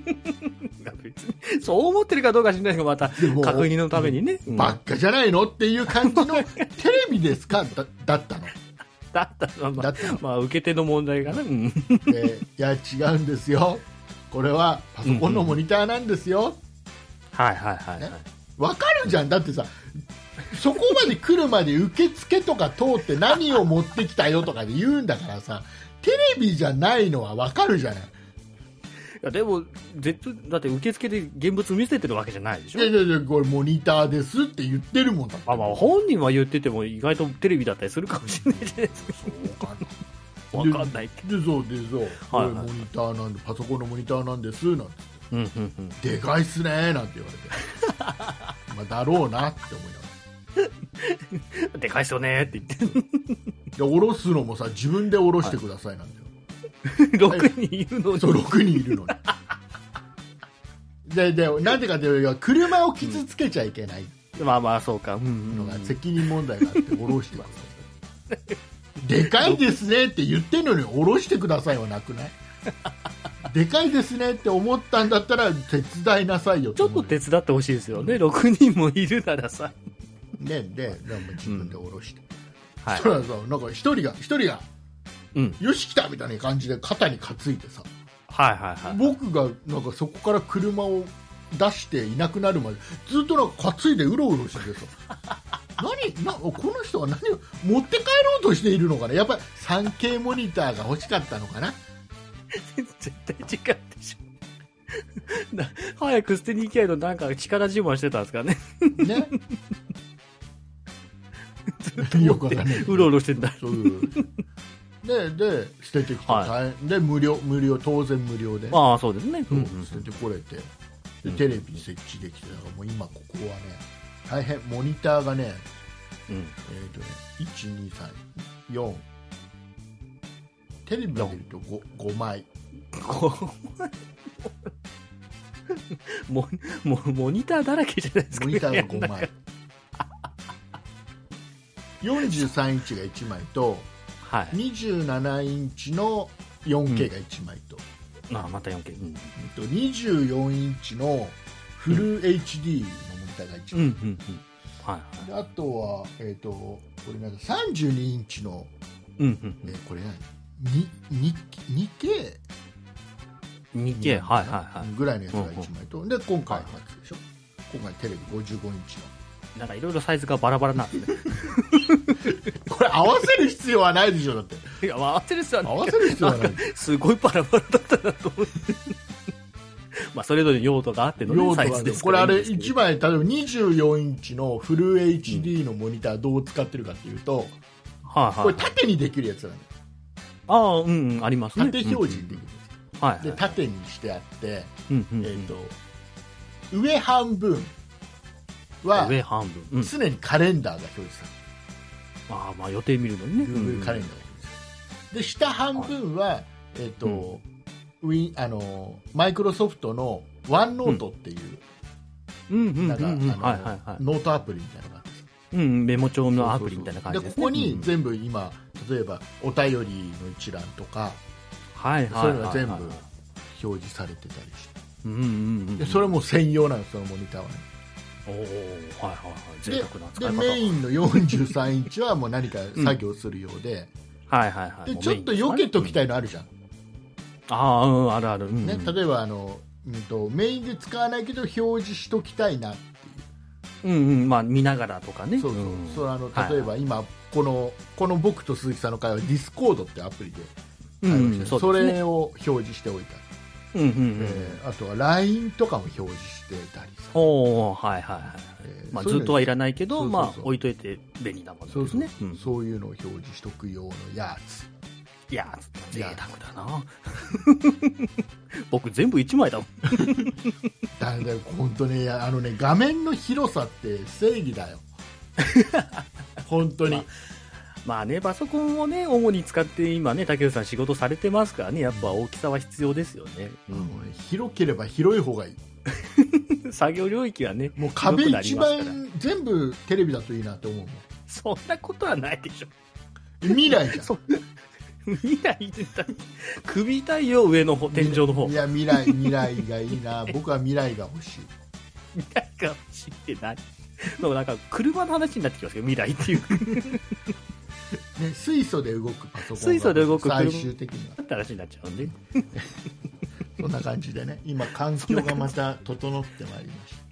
そう思ってるかどうか知らないけどまた確認のためにね、 うん、バカじゃないのっていう感じのテレビですか だ, だったのだったの、まあ、まあ受け手の問題がね、うん、 でいや違うんですよ、これはパソコンのモニターなんですよ、うんうん、 はいはいはい、はい、 分かるじゃん、だってさそこまで来るまで受付とか通って何を持ってきたよとかで言うんだからさ、テレビじゃないのは分かるじゃない。 いやでも絶だって受付で現物見せてるわけじゃないでしょ。 いやいやこれモニターですって言ってるもんだって。 あ、まあ本人は言ってても意外とテレビだったりするかもしれないじゃないですか。そうかなわかんないけどでそうでそう、 はいはい、 これモニターなんでパソコンのモニターなんですなんて、 うんうんうん、 でかいっすねなんて言われてまあだろうなって思いながらでかいっすよねって言ってで下ろすのもさ自分で下ろしてくださいなんだよ、 はい、ろくにんいるのにそうろくにんいるのにででなんでかというと車を傷つけちゃいけない、 うん、まあまあそうか、うんうん、 のが責任問題があって下ろしてくださいでかいですねって言ってるのに下ろしてくださいはなくないでかいですねって思ったんだったら手伝いなさいよ。 ちょっと手伝ってほしいですよね、うん、ろくにんもいるならさねででも自分で下ろして、 うん、そしたらさなんか一人が一人が、うん、よし来たみたいな感じで肩に担いでさ、 はいはいはい、 僕がなんかそこから車を出していなくなるまでずっとなんか担いでうろうろしててさ何なこの人は何を持って帰ろうとしているのかな。やっぱり スリーケー モニターが欲しかったのかな絶対違うでしょな早く捨てに行きゃいのなんか力自慢してたんですかねねよくわかんないうろうろしてんだそうでで捨ててきて、はい、で無料無料当然無料で、 ああそうですね、 うんうん、捨ててこれてでテレビ設置できて、もう今ここはね大変モニターがね、うん、えっ、ー、とねいちにさんよんテレビで見ると 5, 5枚ごまいももモニターだらけじゃないですか、 モニターがごまいよんじゅうさんインチがいちまいと、はい、にじゅうななインチの よんケー がいちまいと、 うん、あまた よんケー、うん、 とにじゅうよんインチのフル エイチディー のモニターがいちまい、うんうんうんはいはい、であとは、えー、とこれなんかさんじゅうにインチの、うんうんうんえー、これ何 にケーにケー はいはいはいぐらいのやつがいちまいと、うんうん、で今回初でしょ、今回テレビごじゅうごインチのなんかいろいろサイズがバラバラなんですねこれ合わせる必要はないでしょ。だっていや合わせる必要はない、 合わせる必要はないすごいバラバラだったなと思ってまあそれぞれ用途があっての、ね、サイズですからいいんですけど、 これあれいちまい例えばにじゅうよんインチのフル エイチディー のモニターどう使ってるかっていうと、うんはいはい、これ縦にできるやつなんだよ。 ああうん、うん、ありますね。 縦表示できる、うんうん、はい、はい、で縦にしてあって、うんうんうん、えーと上半分は上半分、うん、 常にカレンダーが表示される。 ああまあ予定見るのにね Google カレンダーが表示される。で下半分は、はい、えーとうん、ウィあのマイクロソフトのワンノートっていうノートアプリみたいなのがあって、 うん、メモ帳のアプリみたいな感じですね。 でここに全部今、例えばお便りの一覧とか、はいはいはいはい、そういうのが全部表示されてたりして、うんうんうんうん、でそれも専用なんです、そのモニターはね。 おーはいはいはい、贅沢な使い方。 でメインのよんじゅうさんインチはもう何か作業するようで、うん、はいはいはい、でちょっと避けときたいのあるじゃん。 ああ、うん、あるある、うんね、例えばあの、うんと、メインで使わないけど表示しときたいなっていう、 うんうんまあ、見ながらとかね。 そうそう、うん、それあの例えば今、はい、このこの僕と鈴木さんの会話はディスコードってアプリで会話して、うんうん そ, それを表示しておいたり、うんうんうんえー、あとは ライン とかも表示してたりさ。 おーはいはいはい、えーまあ、ずっとはいらないけど、そうそうそうまあ、置いといて便利なものですね。そうそうそう、うん、 そういうのを表示しとく用のやつ。 いや贅沢だな僕全部いちまいだもんだだ本当ね、あのね画面の広さって正義だよ本当に、まあ、 まあねパソコンをね主に使って今ね竹内さん仕事されてますからね、やっぱ大きさは必要ですよね、うん、 広ければ広い方がいい作業領域はねもう壁一番全部テレビだといいなと思うもん。 そんなことはないでしょ未来じゃん未来絶対首たいよ上の方天井の方。 いや未来未来がいいな僕は未来が欲しい。 未来が欲しいって何？でもなんか車の話になってきますけど未来っていうね、水素で動くパソコンが水素で動く車最終的にはって話になっちゃうんでそんな感じでね今環境がまた整ってまいりました。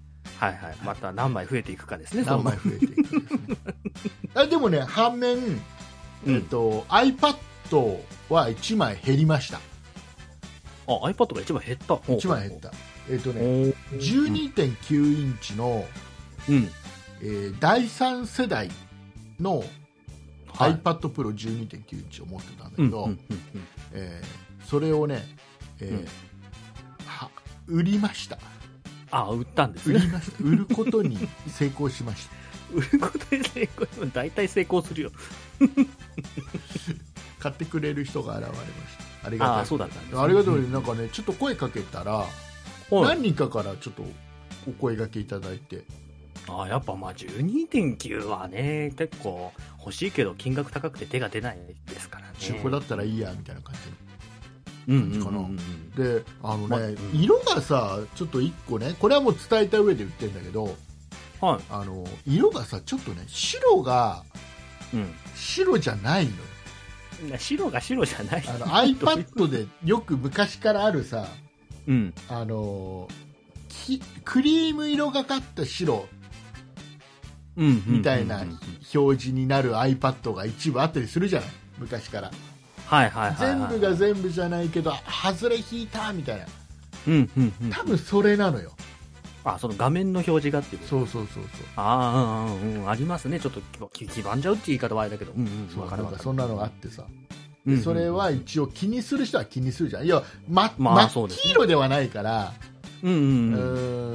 はいはい、また何枚増えていくかですね。 何枚増えていくかですねあでもね反面、えっとうん、iPadはいちまい減りました。 あ iPad がいちまい減った。 いちまい減った。えっとね じゅうにてんきゅう インチの、うんえー、だいさん世代の、 はい、iPad Pro じゅうにてんきゅう インチを持ってたんだけど、えー、それをね、えーうん、は売りました。 あ、売ったんですね。 売りました。売ることに成功しました。 売ることに成功しても大体成功するよ。 買ってくれる人が現れました。ありがたい。 あ、そうだったんですね。 ありがとう。なんかね、ちょっと声かけたら、うん、何人かからちょっとお声掛けいただいて。 あ、やっぱまあ じゅうにてんきゅう はね、結構欲しいけど金額高くて手が出ないですからね。 中古だったらいいやみたいな感じの。 うんうんかな。で、あのね、まうん、色がさ、ちょっといっこね、これはもう伝えた上で売ってるんだけど、はい、あの色がさ、ちょっとね、白が、うん、白じゃないのよ。 白が白じゃない。 あの iPad でよく昔からあるさ、 うん、 あのきクリーム色がかった白みたいな表示になる iPad が一部あったりするじゃない、昔から。 はいはいはいはい、 全部が全部じゃないけど外れ引いたみたいな、 うんうんうん、 多分それなのよ。 あ、その画面の表示がっていうこと。 そうそうそうそう。 ああ、うんうん、ありますね。ちょっと黄ばんじゃうって言い方はあれだけど、うんうん、 そう、なんかそんなのがあってさ、でそれは一応気にする人は気にするじゃん。いや、ままあ、真っ黄色ではないから、うんうんうん、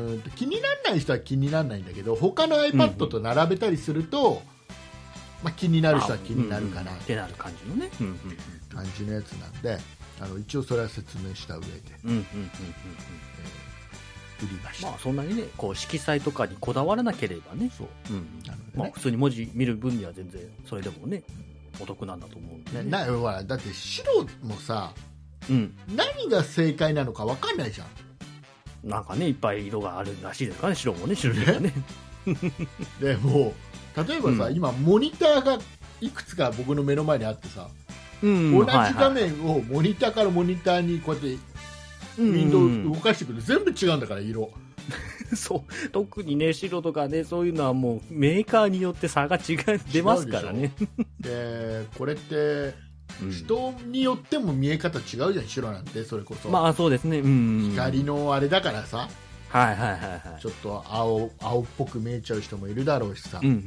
うん気にならない人は気にならないんだけど、他の iPad と並べたりすると、うんうん、まあ、気になる人は気になるかな、うんうん、 ってなる感じのね、うんうんうん、 感じのやつなんで、あの一応それは説明した上で、うんうんうんうん、えー、売りました。 まあ、そんなにね、こう色彩とかにこだわらなければね、そう、うん、なのでね、まあ、普通に文字見る分には全然それでもねお得なんだと思うんで、ね、 ね、なほらだって白もさ、うん、何が正解なのか分かんないじゃん。 なんかね、いっぱい色があるらしいですからね、白もね、種類がね。 でも例えばさ、うん、今モニターがいくつか僕の目の前にあってさ、うん、同じ画面をモニターからモニターにこうやってウィンドウ動かしてくると全部違うんだから、色。 そう特にね、白とかね、そういうのはもうメーカーによって差が違う出ますからね。 でこれって人によっても見え方違うじゃん、白なんて。それこそまあそうですね、うん、 光のあれだからさ、 はいはいはいはい、 ちょっと 青, 青っぽく見えちゃう人もいるだろうしさ、分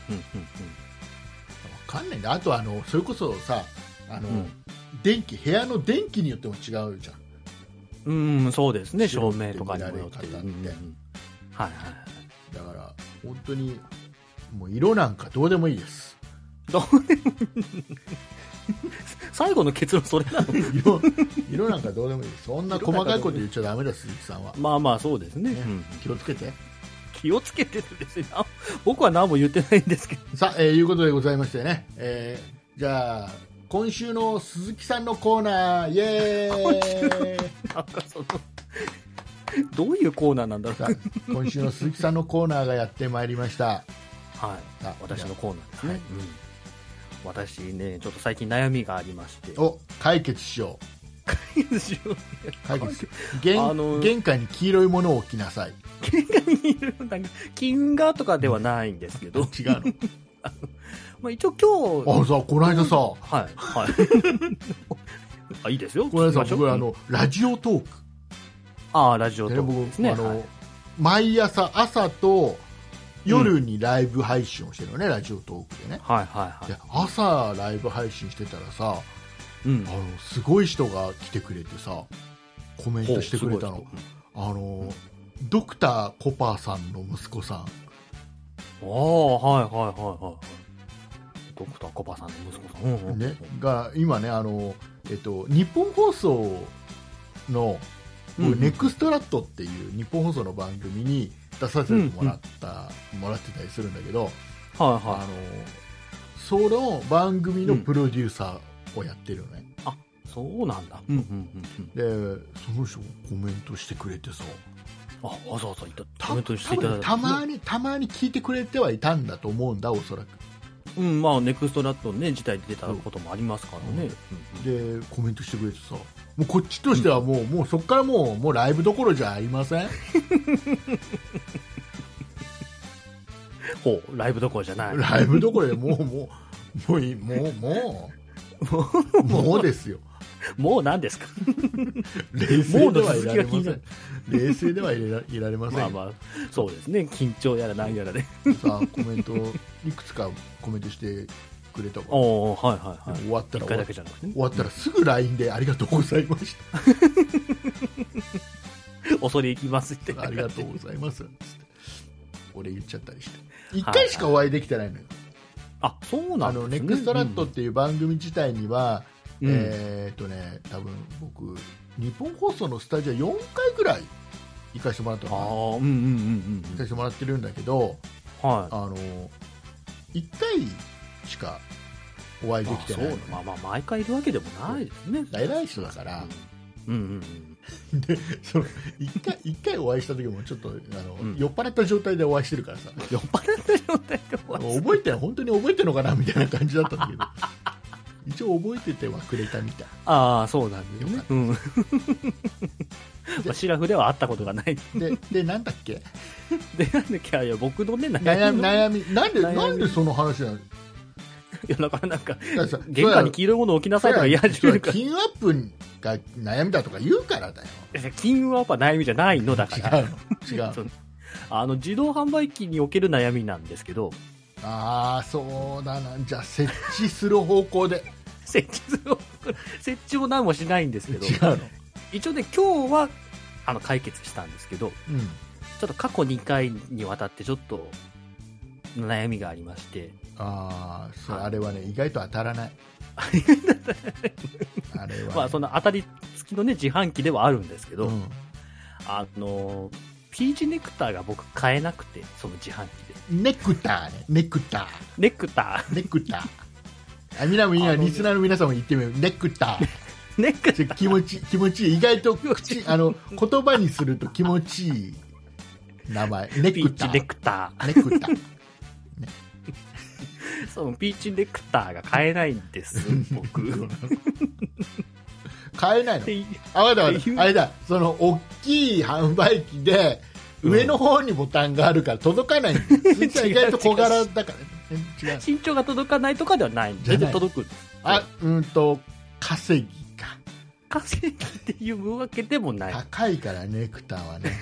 かんないんだ。あとはあのそれこそさ、あの、うん、電気部屋の電気によっても違うじゃん。 うん、そうですね、照明とかにもよって、うんうん、はいはい、 だから本当にもう色なんかどうでもいいです。 どうでもいい最後の結論それなの色, 色なんかどうでもいい。そんな細かいこと言っちゃダメだ、鈴木さんは。 まあまあそうですね、ね、うん、 気をつけて気をつけてですね、僕は何も言ってないんですけど。 さあ、えー、いうことでございましてね、えー、じゃあ今週の鈴木さんのコーナー、イエーイなんかそのどういうコーナーなんだろう。今週の鈴木さんのコーナーがやってまいりました。 はい、私のコーナーですね、はい、うん、私ね、ちょっと最近悩みがありまして。 お、解決しよう。 解決しよう。 解決しよう。玄、あのー、玄関に黄色いものを置きなさい。 玄関にいるなんか金河とかではないんですけど。違うの。 まあ一応今日。あ、さ、この間さ。 はいはい。あ、いいですよ。 この間さ、僕あのラジオトーク。 ああ、ラジオトークですね。 あの、はい、毎朝朝と夜にライブ配信をしてるのね、うん、ラジオトークでね。 はいはいはい。 で朝ライブ配信してたらさ、うん、あのすごい人が来てくれてさ、コメントしてくれたの。あのドクターコパーさんの息子さん。ああ、はいはいはいはい。ドクターコパーさんの息子さん、うんうんうん、 ね、が今ね、あのえっと日本放送のネクストラットっていう日本放送の番組に出させてもらった、うんうん、もらってたりするんだけど、はいはい、あのその番組のプロデューサーをやってるよね、 うん、あ、そうなんだ、うんうんうん、でその人コメントしてくれてさ、 あ、わざわざいたコメントしていただいて、 たまにたまに聞いてくれてはいたんだと思うんだ、おそらく。 うん、まあネクストラットね自体で出たこともありますからね、 うんうん、でコメントしてくれてさ、もうこっちとしてはもう、うん、もうそこからもうもうライブどころじゃありませんほう、ライブどころじゃない、 ライブどころでもうもうもういいもうもうもうですよ。 もう何ですか冷静ではいられません。冷静ではいら, いられません。 まあまあそうですね、緊張やら何やらで、 ね、さあコメントいくつかコメントしてくれたから、 おー、はいはいはい、 終わったらいっかいだけじゃなくて、ね、 終わったらすぐ ライン でありがとうございました恐れ入りますってありがとうございますって俺言っちゃったりしていっかいしかお会いできてないのよ、 はいはい、あ、そうなんですね。 ネクストラットっていう番組自体には、 うん、 えーっとね多分僕日本放送のスタジオよんかいぐらい行かせてもらったのかな、 あ、うんうんうんうん、 行かせてもらってるんだけど、 はい、 あのいっかいしかお会いできてない、ね、 あ、まあまあ毎回いるわけでもないですね。 偉い人だから、 うんうんうん、 でそのいっかいいっかいお会いした時もちょっとあの、うん、酔っ払った状態でお会いしてるからさ、 酔っ払った状態でお会い覚えて本当に覚えてるのかなみたいな感じだったんだけど一応覚えててはくれたみたい。 ああ、そうなんですね。うん、まあシラフでは会ったことがないででなんだっけでなんだっけ、いや僕のね悩み悩みなんでなんでその話なの。 いやだからなんか玄関に黄色いもの置きなさいとか言い始めるから、 金運アップが悩みだとか言うからだよ。 金運アップは悩みじゃないのだから違うの違うあの自動販売機における悩みなんですけど、 ああそうだな、じゃあ設置する方向で設置する設置も何もしないんですけど、 違うの一応ね今日はあの解決したんですけど、 うん、 ちょっと過去にかいにわたってちょっと悩みがありまして、 あそれあれはね意外と当たらないあれは、ね、 まあその当たり付きのね自販機ではあるんですけど、うん、あのピーチネクターが僕買えなくて、その自販機でネクターねネクターネクターネクターあみんなもいいな、リスナーの皆さんも言ってみよう、ネクターネクター気持ち気持ちいい、意外と口あの言葉にすると気持ちいい名前ネクターピーチネクターネクターそのピーチネクターが買えないんです僕買えないの。あ、わかったわかった。あれだ、その大きい販売機で上の方にボタンがあるから届かないんだ、うん、意外と小柄だから、ね、違う、 身長が届かないとかではないんで、全然届くんです。 あ、うんと稼ぎか、 稼ぎっていうわけでもない。 高いからネクターはね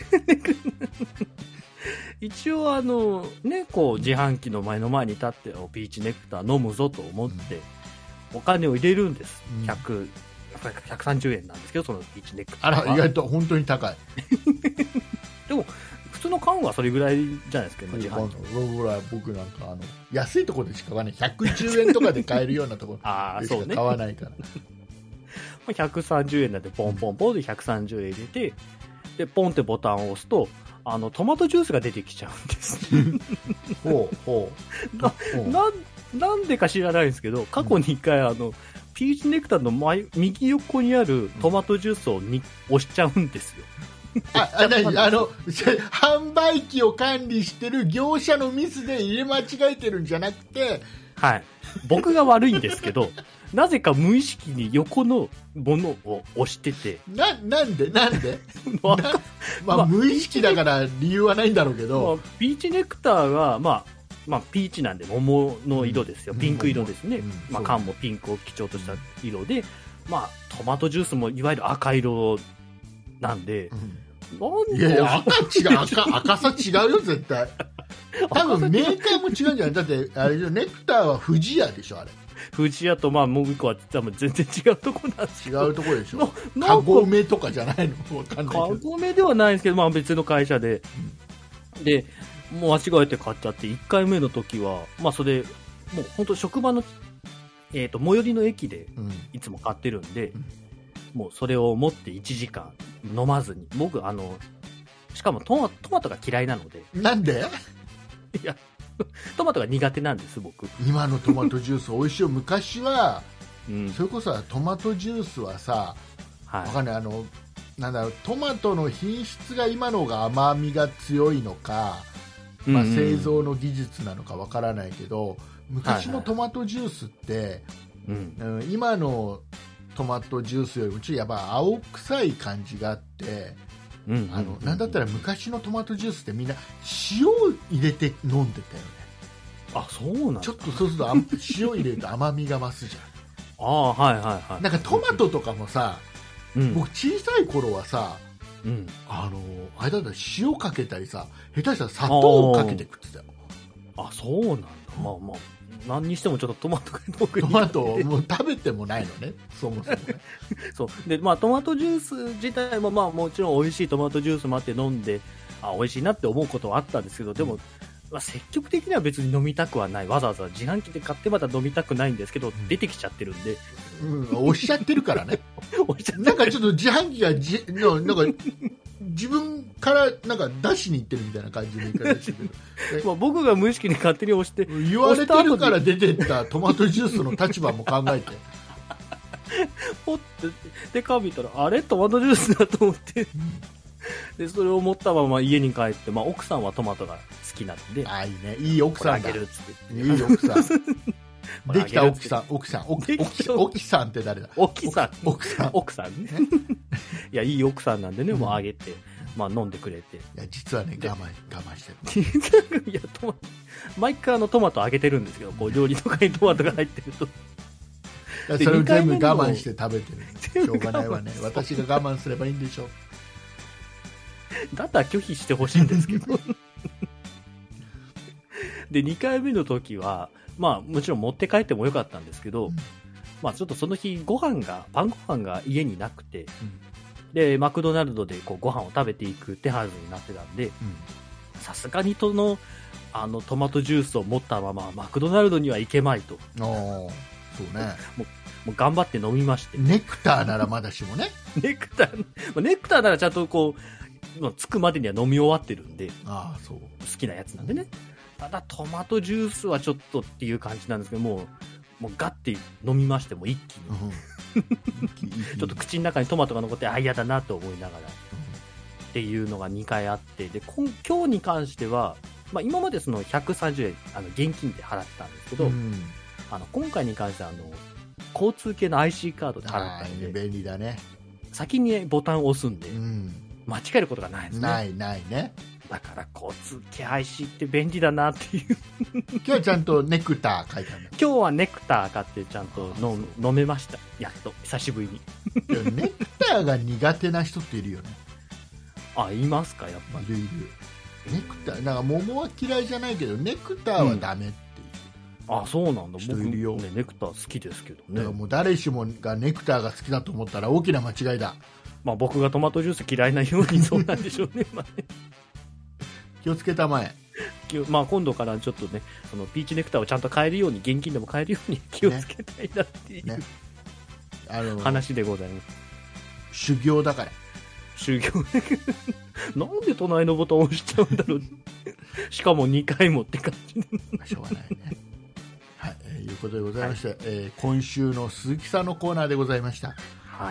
一応あのね、こう自販機の前の前に立ってピーチネクター飲むぞと思ってお金を入れるんです、うん、ひゃくひゃくさんじゅうえんなんですけど、そのピーチネクターはあら意外と本当に高いでも普通の缶はそれぐらいじゃないですか、今自販機。 僕なんかあの安いところでしか買わない、ひゃくじゅうえんとかで買えるようなところでしか買わないからあ、ひゃくさんじゅうえんなんでポンポンポンでひゃくさんじゅうえん入れて、でポンってボタンを押すとあのトマトジュースが出てきちゃうんですほうほう な, な, なんでか知らないんですけど、過去にいっかいあのピーチネクターの前右横にあるトマトジュースをに押しちゃうんですよああ何あの販売機を管理してる業者のミスで入れ間違えてるんじゃなくて、 はい、僕が悪いんですけどなぜか無意識に横のものを押してて、 ななんでなんでまあ、まあ、無意識だから理由はないんだろうけど、 まあ、ピーチネクターが、まあまあ、ピーチなんで桃の色ですよ、ピンク色ですね、うんうん、まあ、缶もピンクを基調とした色で、まあ、トマトジュースもいわゆる赤色なんで、うん、なんいやいや赤違う 赤, 赤さ違うよ絶対多分メーカーも違うんじゃない、だってあれネクターは富士屋でしょ、あれ富士屋と、まあ、もう一個は多分全然違うところなんです違うところでしょ、カゴメとかじゃないの、わかんないけど、 カゴメではないんですけど、まあ、別の会社で、うん、でもう間違えて買っちゃって、いっかいめの時は、まあ、それもう本当職場の、えーと、最寄りの駅でいつも買ってるんで、うん、もうそれを持っていちじかん飲まずに、僕あのしかもトマ、トマトが嫌いなので。 なんでいやトマトが苦手なんです、僕。 今のトマトジュース美味しいよ。昔は、うん、それこそトマトジュースはさ、はい、わかんない、あのなんだろう、トマトの品質が今のが甘みが強いのか、まあ、製造の技術なのかわからないけど、うんうん、昔のトマトジュースって、はいはい、うん、今のトマトジュースよりもちょっとやっぱ青臭い感じがあって、うんうんうん、あのなんだったら昔のトマトジュースってみんな塩を入れて飲んでたよね。 あ、そうなんだ。 ちょっとそうすると塩入れると甘みが増すじゃん。ああ、はいはいはい。 なんかトマトとかもさ、うん、僕小さい頃はさ、うん、あのあれだったら塩かけたりさ、下手したら砂糖をかけて食ってたよ。 あ、そうなんだ。まあまあ何にしてもちょっとトマトが特にトマトをもう食べてもないのね、そもそもね。 そうで、まあ、トマトジュース自体も、まあ、もちろん美味しいトマトジュースもあって飲んで、あ、美味しいなって思うことはあったんですけど、でも、まあ、積極的には別に飲みたくはない。わざわざ自販機で買ってまた飲みたくないんですけど、うん、出てきちゃってるんで。 うん、おっしゃってるからね。 おっしゃってる。 なんかちょっと自販機がじのなんか自分からなんか出しに行ってるみたいな感じの言い方してるけど。 まあ僕が無意識に勝手に押して。 言われてるから出てったトマトジュースの立場も考えて。 ポッて、で、カービィ見たら、あれトマトジュースだと思って。で、それを持ったまま家に帰って、まあ奥さんはトマトが好きなんで。 あ、いいね。いい奥さんだ。 あげるっつって。 いい奥さん。できた奥さん、奥さん、奥さんって誰だ？ 奥さん。 奥さん。 奥さんね。いや、いい奥さんなんでね、もうあげて、まあ飲んでくれて。いや、実はね、我慢、我慢してる。いや、トマト、毎回あのトマトあげてるんですけど、こう料理とかにトマトが入ってると。 それを全部我慢して食べてる。しょうがないわね。私が我慢すればいいんでしょう。 だったら拒否してほしいんですけど。で、にかいめの時は、まあもちろん持って帰ってもよかったんですけど、うん、まあちょっとその日ご飯が、晩ご飯が家になくて、うん、で、マクドナルドでこうご飯を食べていく手はずになってたんで、さすがにその、あのトマトジュースを持ったままマクドナルドには行けまいと。 そうね。 もうもう頑張って飲みまして。 ネクターならまだしもね。 ネクター、ネクターならちゃんとこう、着くまでには飲み終わってるんで、 ああ、そう。 好きなやつなんでね。ただトマトジュースはちょっとっていう感じなんですけど、もう、もうガッて飲みまして、もう一気に。うん、ちょっと口の中にトマトが残って、あ、嫌だなと思いながら、うん、っていうのがにかいあって、で、今今日に関しては、まあ今までそのひゃくさんじゅうえん、あの、現金で払ってたんですけど、うん、あの、今回に関しては、あの、交通系の アイシー カードで払ったんで、 便利だね。 先にボタンを押すんで、うん、間違えることがないですね。 ないないね。 だから交通系 アイシー って便利だなっていう。 今日はちゃんとネクター書いたんだ。 今日はネクター買ってちゃんとの飲めました。やっと久しぶりに。 ネクターが苦手な人っているよね。 あ、いますか、やっぱり。 いるいる。ネクターなんか桃は嫌いじゃないけどネクターはダメっていう、 うん、あ、そうなんだ。 人いるよ。 僕ね、ネクター好きですけどね。 だからもう誰しもがネクターが好きだと思ったら大きな間違いだ。 まあ僕がトマトジュース嫌いなようにそうなんでしょうね。まあね、 気をつけたまえ。 まあ今度からちょっとね、そのピーチネクターをちゃんと買えるように、現金でも買えるように気をつけたいなっていう、ねね、あの話でございます。 修行だから。 修行だけどなんで隣のボタンを押しちゃうんだろう。しかもにかいもって感じでしょうがないね。はい、えー、いうことでございまして、はい、えー、今週の鈴木さんのコーナーでございました。 はい。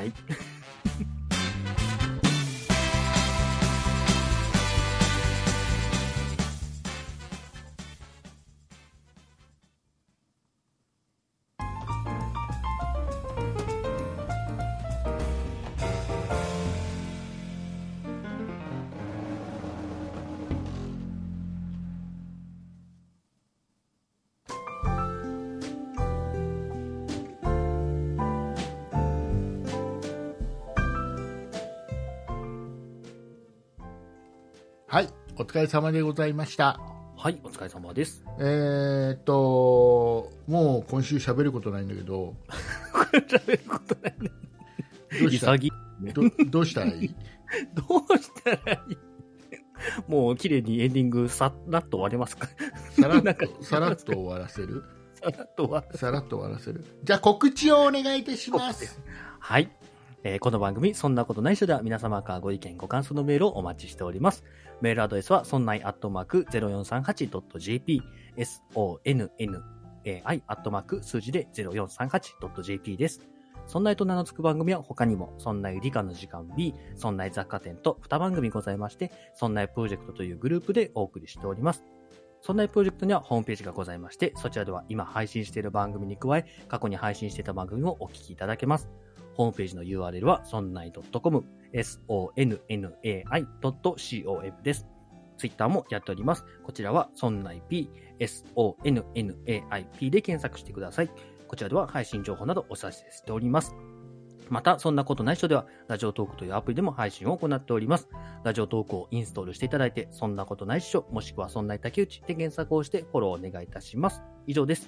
はい、お疲れ様でございました。 はい、お疲れ様です。 えーっと、もう今週喋ることないんだけど。 喋ることないね。 どうした潔い、ね、ど, どうしたらいいどうしたらいいもう綺麗にエンディングさらっと終わりますか。 さらっと、さらっと終わらせるさらっと終わらせる。 さらっと終わらせる。じゃあ告知をお願いいたします。 はい。えー、この番組、そんなことない人では皆様からご意見、ご感想のメールをお待ちしております。メールアドレスは、そんないアットマーク ゼロよんさんはちドットジェーピー、ソンナイ アットマーク数字で ゼロよんさんはちドットジェーピー です。そんないと名の付く番組は他にも、そんない理科の時間 B、そんない雑貨店とに番組ございまして、そんないプロジェクトというグループでお送りしております。そんないプロジェクトにはホームページがございまして、そちらでは今配信している番組に加え、過去に配信していた番組もお聞きいただけます。ホームページの ユーアールエル は ソンナイドットコム、ソンナイドットコム です。ツイッターもやっております。こちらは、ソンナイ P、ソンナイピー で検索してください。こちらでは配信情報などお知らせしております。また、そんなことない人では、ラジオトークというアプリでも配信を行っております。ラジオトークをインストールしていただいて、そんなことないっしょ、もしくはそんない竹内で検索をしてフォローをお願いいたします。以上です。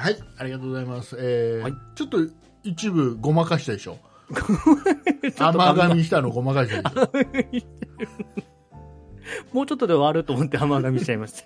はい、ありがとうございます。えーはい、 ちょっと一部ごまかしたでしょ。甘噛みしたのごまかしたでしょ。 もうちょっとで終わると思って甘噛みしちゃいました。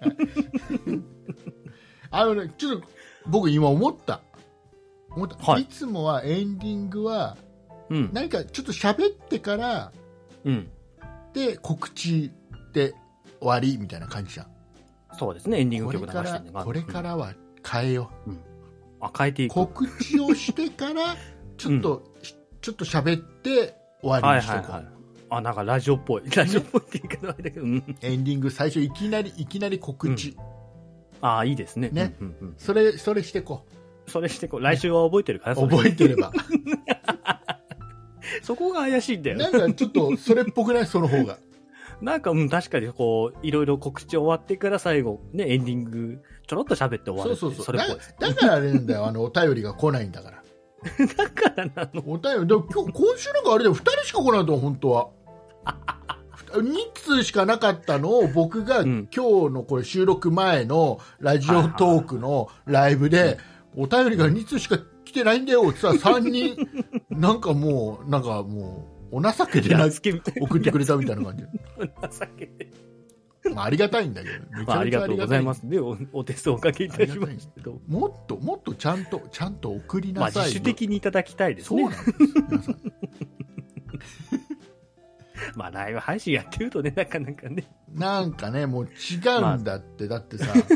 あのね、ちょっと僕今思った。思った、 はい、 いつもはエンディングは、 うん、 何かちょっと喋ってから、 うん、 で告知で終わりみたいな感じじゃん。 そうですね、エンディング曲流してね。 これからは変えよう。うん、 あ、変えていく。 告知をしてからちょっと、うん、ちょっと喋って終わりにしとこう。はいはいはい、 あ、なんかラジオっぽい。ラジオっぽいって言い方はあれだけど、うん、 エンディング最初いきなりいきなり告知。うん、 ああ、いいですね。 ね、 うんうんうん、 それそれしてこう。 それしてこう。来週は覚えてるから。 覚えてれば。 そこが怪しいんだよ。 なんかちょっとそれっぽくない？その方が。 なんか、うん、確かにこういろいろ告知終わってから最後ね、エンディングちょろっと喋って終わるって。 そうそうそう。 それっぽいですね。 だ, だからあれなんだよ、あのお便りが来ないんだから。 だからなの。 お便りだ今日今週なんかあれだよ、ふたりしか来ないと本当は。に通しかなかったのを僕が、うん、今日のこれ収録前のラジオトークのライブで、はいはいはい、お便りがに通しか来てないんだよってさ、さんにんなんかもうなんかもうお情けで送ってくれたみたいな感じ。情けで、まあ、ありがたいんだけど、めちゃめちゃありがたい。まあ、ありがとうございますね。お, お手数おかけいたしましたけど、 もっともっとちゃんとちゃんと送りなさい。まあ、 自主的にいただきたいですね。 そうなんです皆さん。 まあライブ配信やってるとね、なかなかね、 なんかね、もう違うんだって、まあ、だってさなんか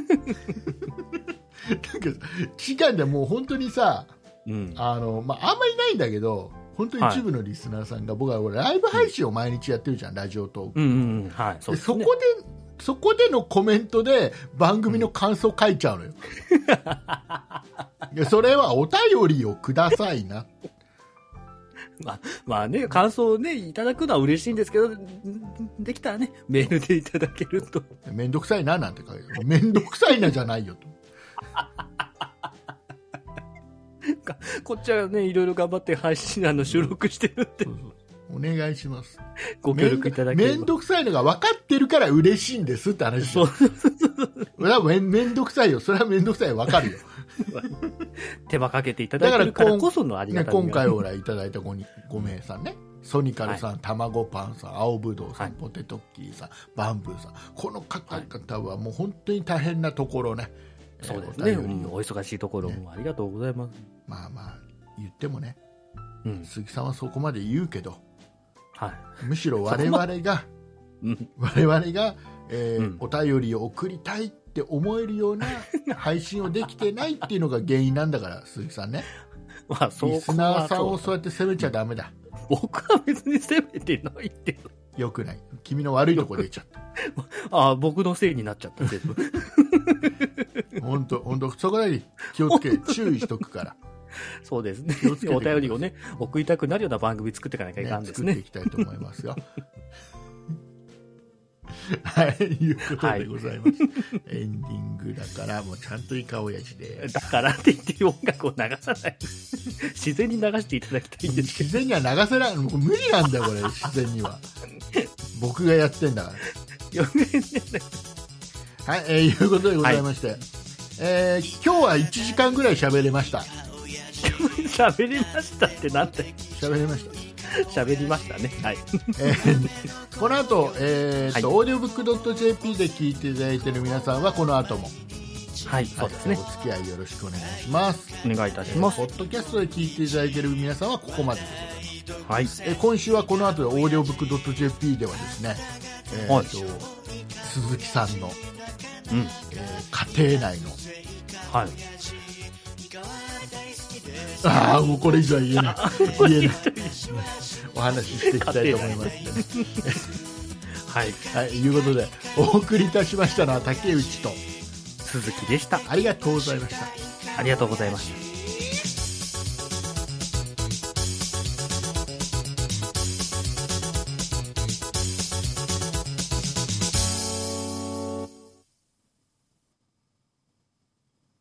違うんだよ、もう本当にさ、うん、あのまあ、あんまりいないんだけど、本当に一部のリスナーさんが、はい、僕はライブ配信を毎日やってるじゃん、うん、ラジオトーク、 うんうんうん、はい、そうですね、 そこでそこでのコメントで番組の感想書いちゃうのよ、うん、いやそれはお便りをくださいな。 まあ、まあね、感想をね、いただくのは嬉しいんですけど、できたらね、メールでいただけると。 めんどくさいななんて書いてある。めんどくさいなじゃないよと。 こっちはね、いろいろ頑張って配信、あの、収録してるって。 そうそうそう、お願いします。 ご協力いただければ。 めんどくさいのが分かってるから嬉しいんですって話。そうそうそうそう。め, めんどくさいよ。それはめんどくさいよ。分かるよ。 手間かけていただいてるからこそのありがたい、 ね、今回ほらいただいたご名さんね、ソニカルさん、はい、たまごパンさん、青ぶどうさん、はい、ポテトッキーさん、バンブーさん、この方々はもう本当に大変なところね、 そうですね、えー、お, うん、お忙しいところもありがとうございます、ね、 まあまあ言ってもね、うん、鈴木さんはそこまで言うけど、はい、むしろ我々が、うん、我々が、えーうん、お便りを送りたいって思えるような配信をできてないっていうのが原因なんだから鈴木さんね。まあ、そうリスナーさんをそうやって責めちゃダメだ。 僕は別に責めてないって。 よくない。君の悪いとこ出ちゃった。 ああ、僕のせいになっちゃった全部。 本当本当そこだけ気をつけ注意しとくから。 そうですね。気をつけてお便りをね送りたくなるような番組作っていかなきゃいけないんですね。 ね、作っていきたいと思いますよ。はい、いうことでございます、はい、エンディングだからもうちゃんとイカオヤジでだからって言って音楽を流さない自然に流していただきたいんですけど、 自然には流せない、もう無理なんだよこれ自然には僕がやってんだからはい、えー、いうことでございまして、はい、えー、今日はいちじかんぐらい喋れました。 喋りましたってなんて喋りました喋りましたね。はい。 えー、この後、えーと、はい、オーディオブックドットジェーピー で聞いていただいている皆さんはこの後も、 はい、そうですね。 お付き合いよろしくお願いします。 お願いいたします。 えー、ポッドキャストで聞いていただいている皆さんはここまででございます。 はい。 えー、今週はこの後でオーディオブックドットジェーピー ではですね、えーと、はい、鈴木さんの、うんえー、家庭内の、はい。ああもうこれ以上は言えない言えないお話ししていきたいと思いますねはい、はい、いうことでお送りいたしましたのは竹内と鈴木でした。 ありがとうございました。 ありがとうございました。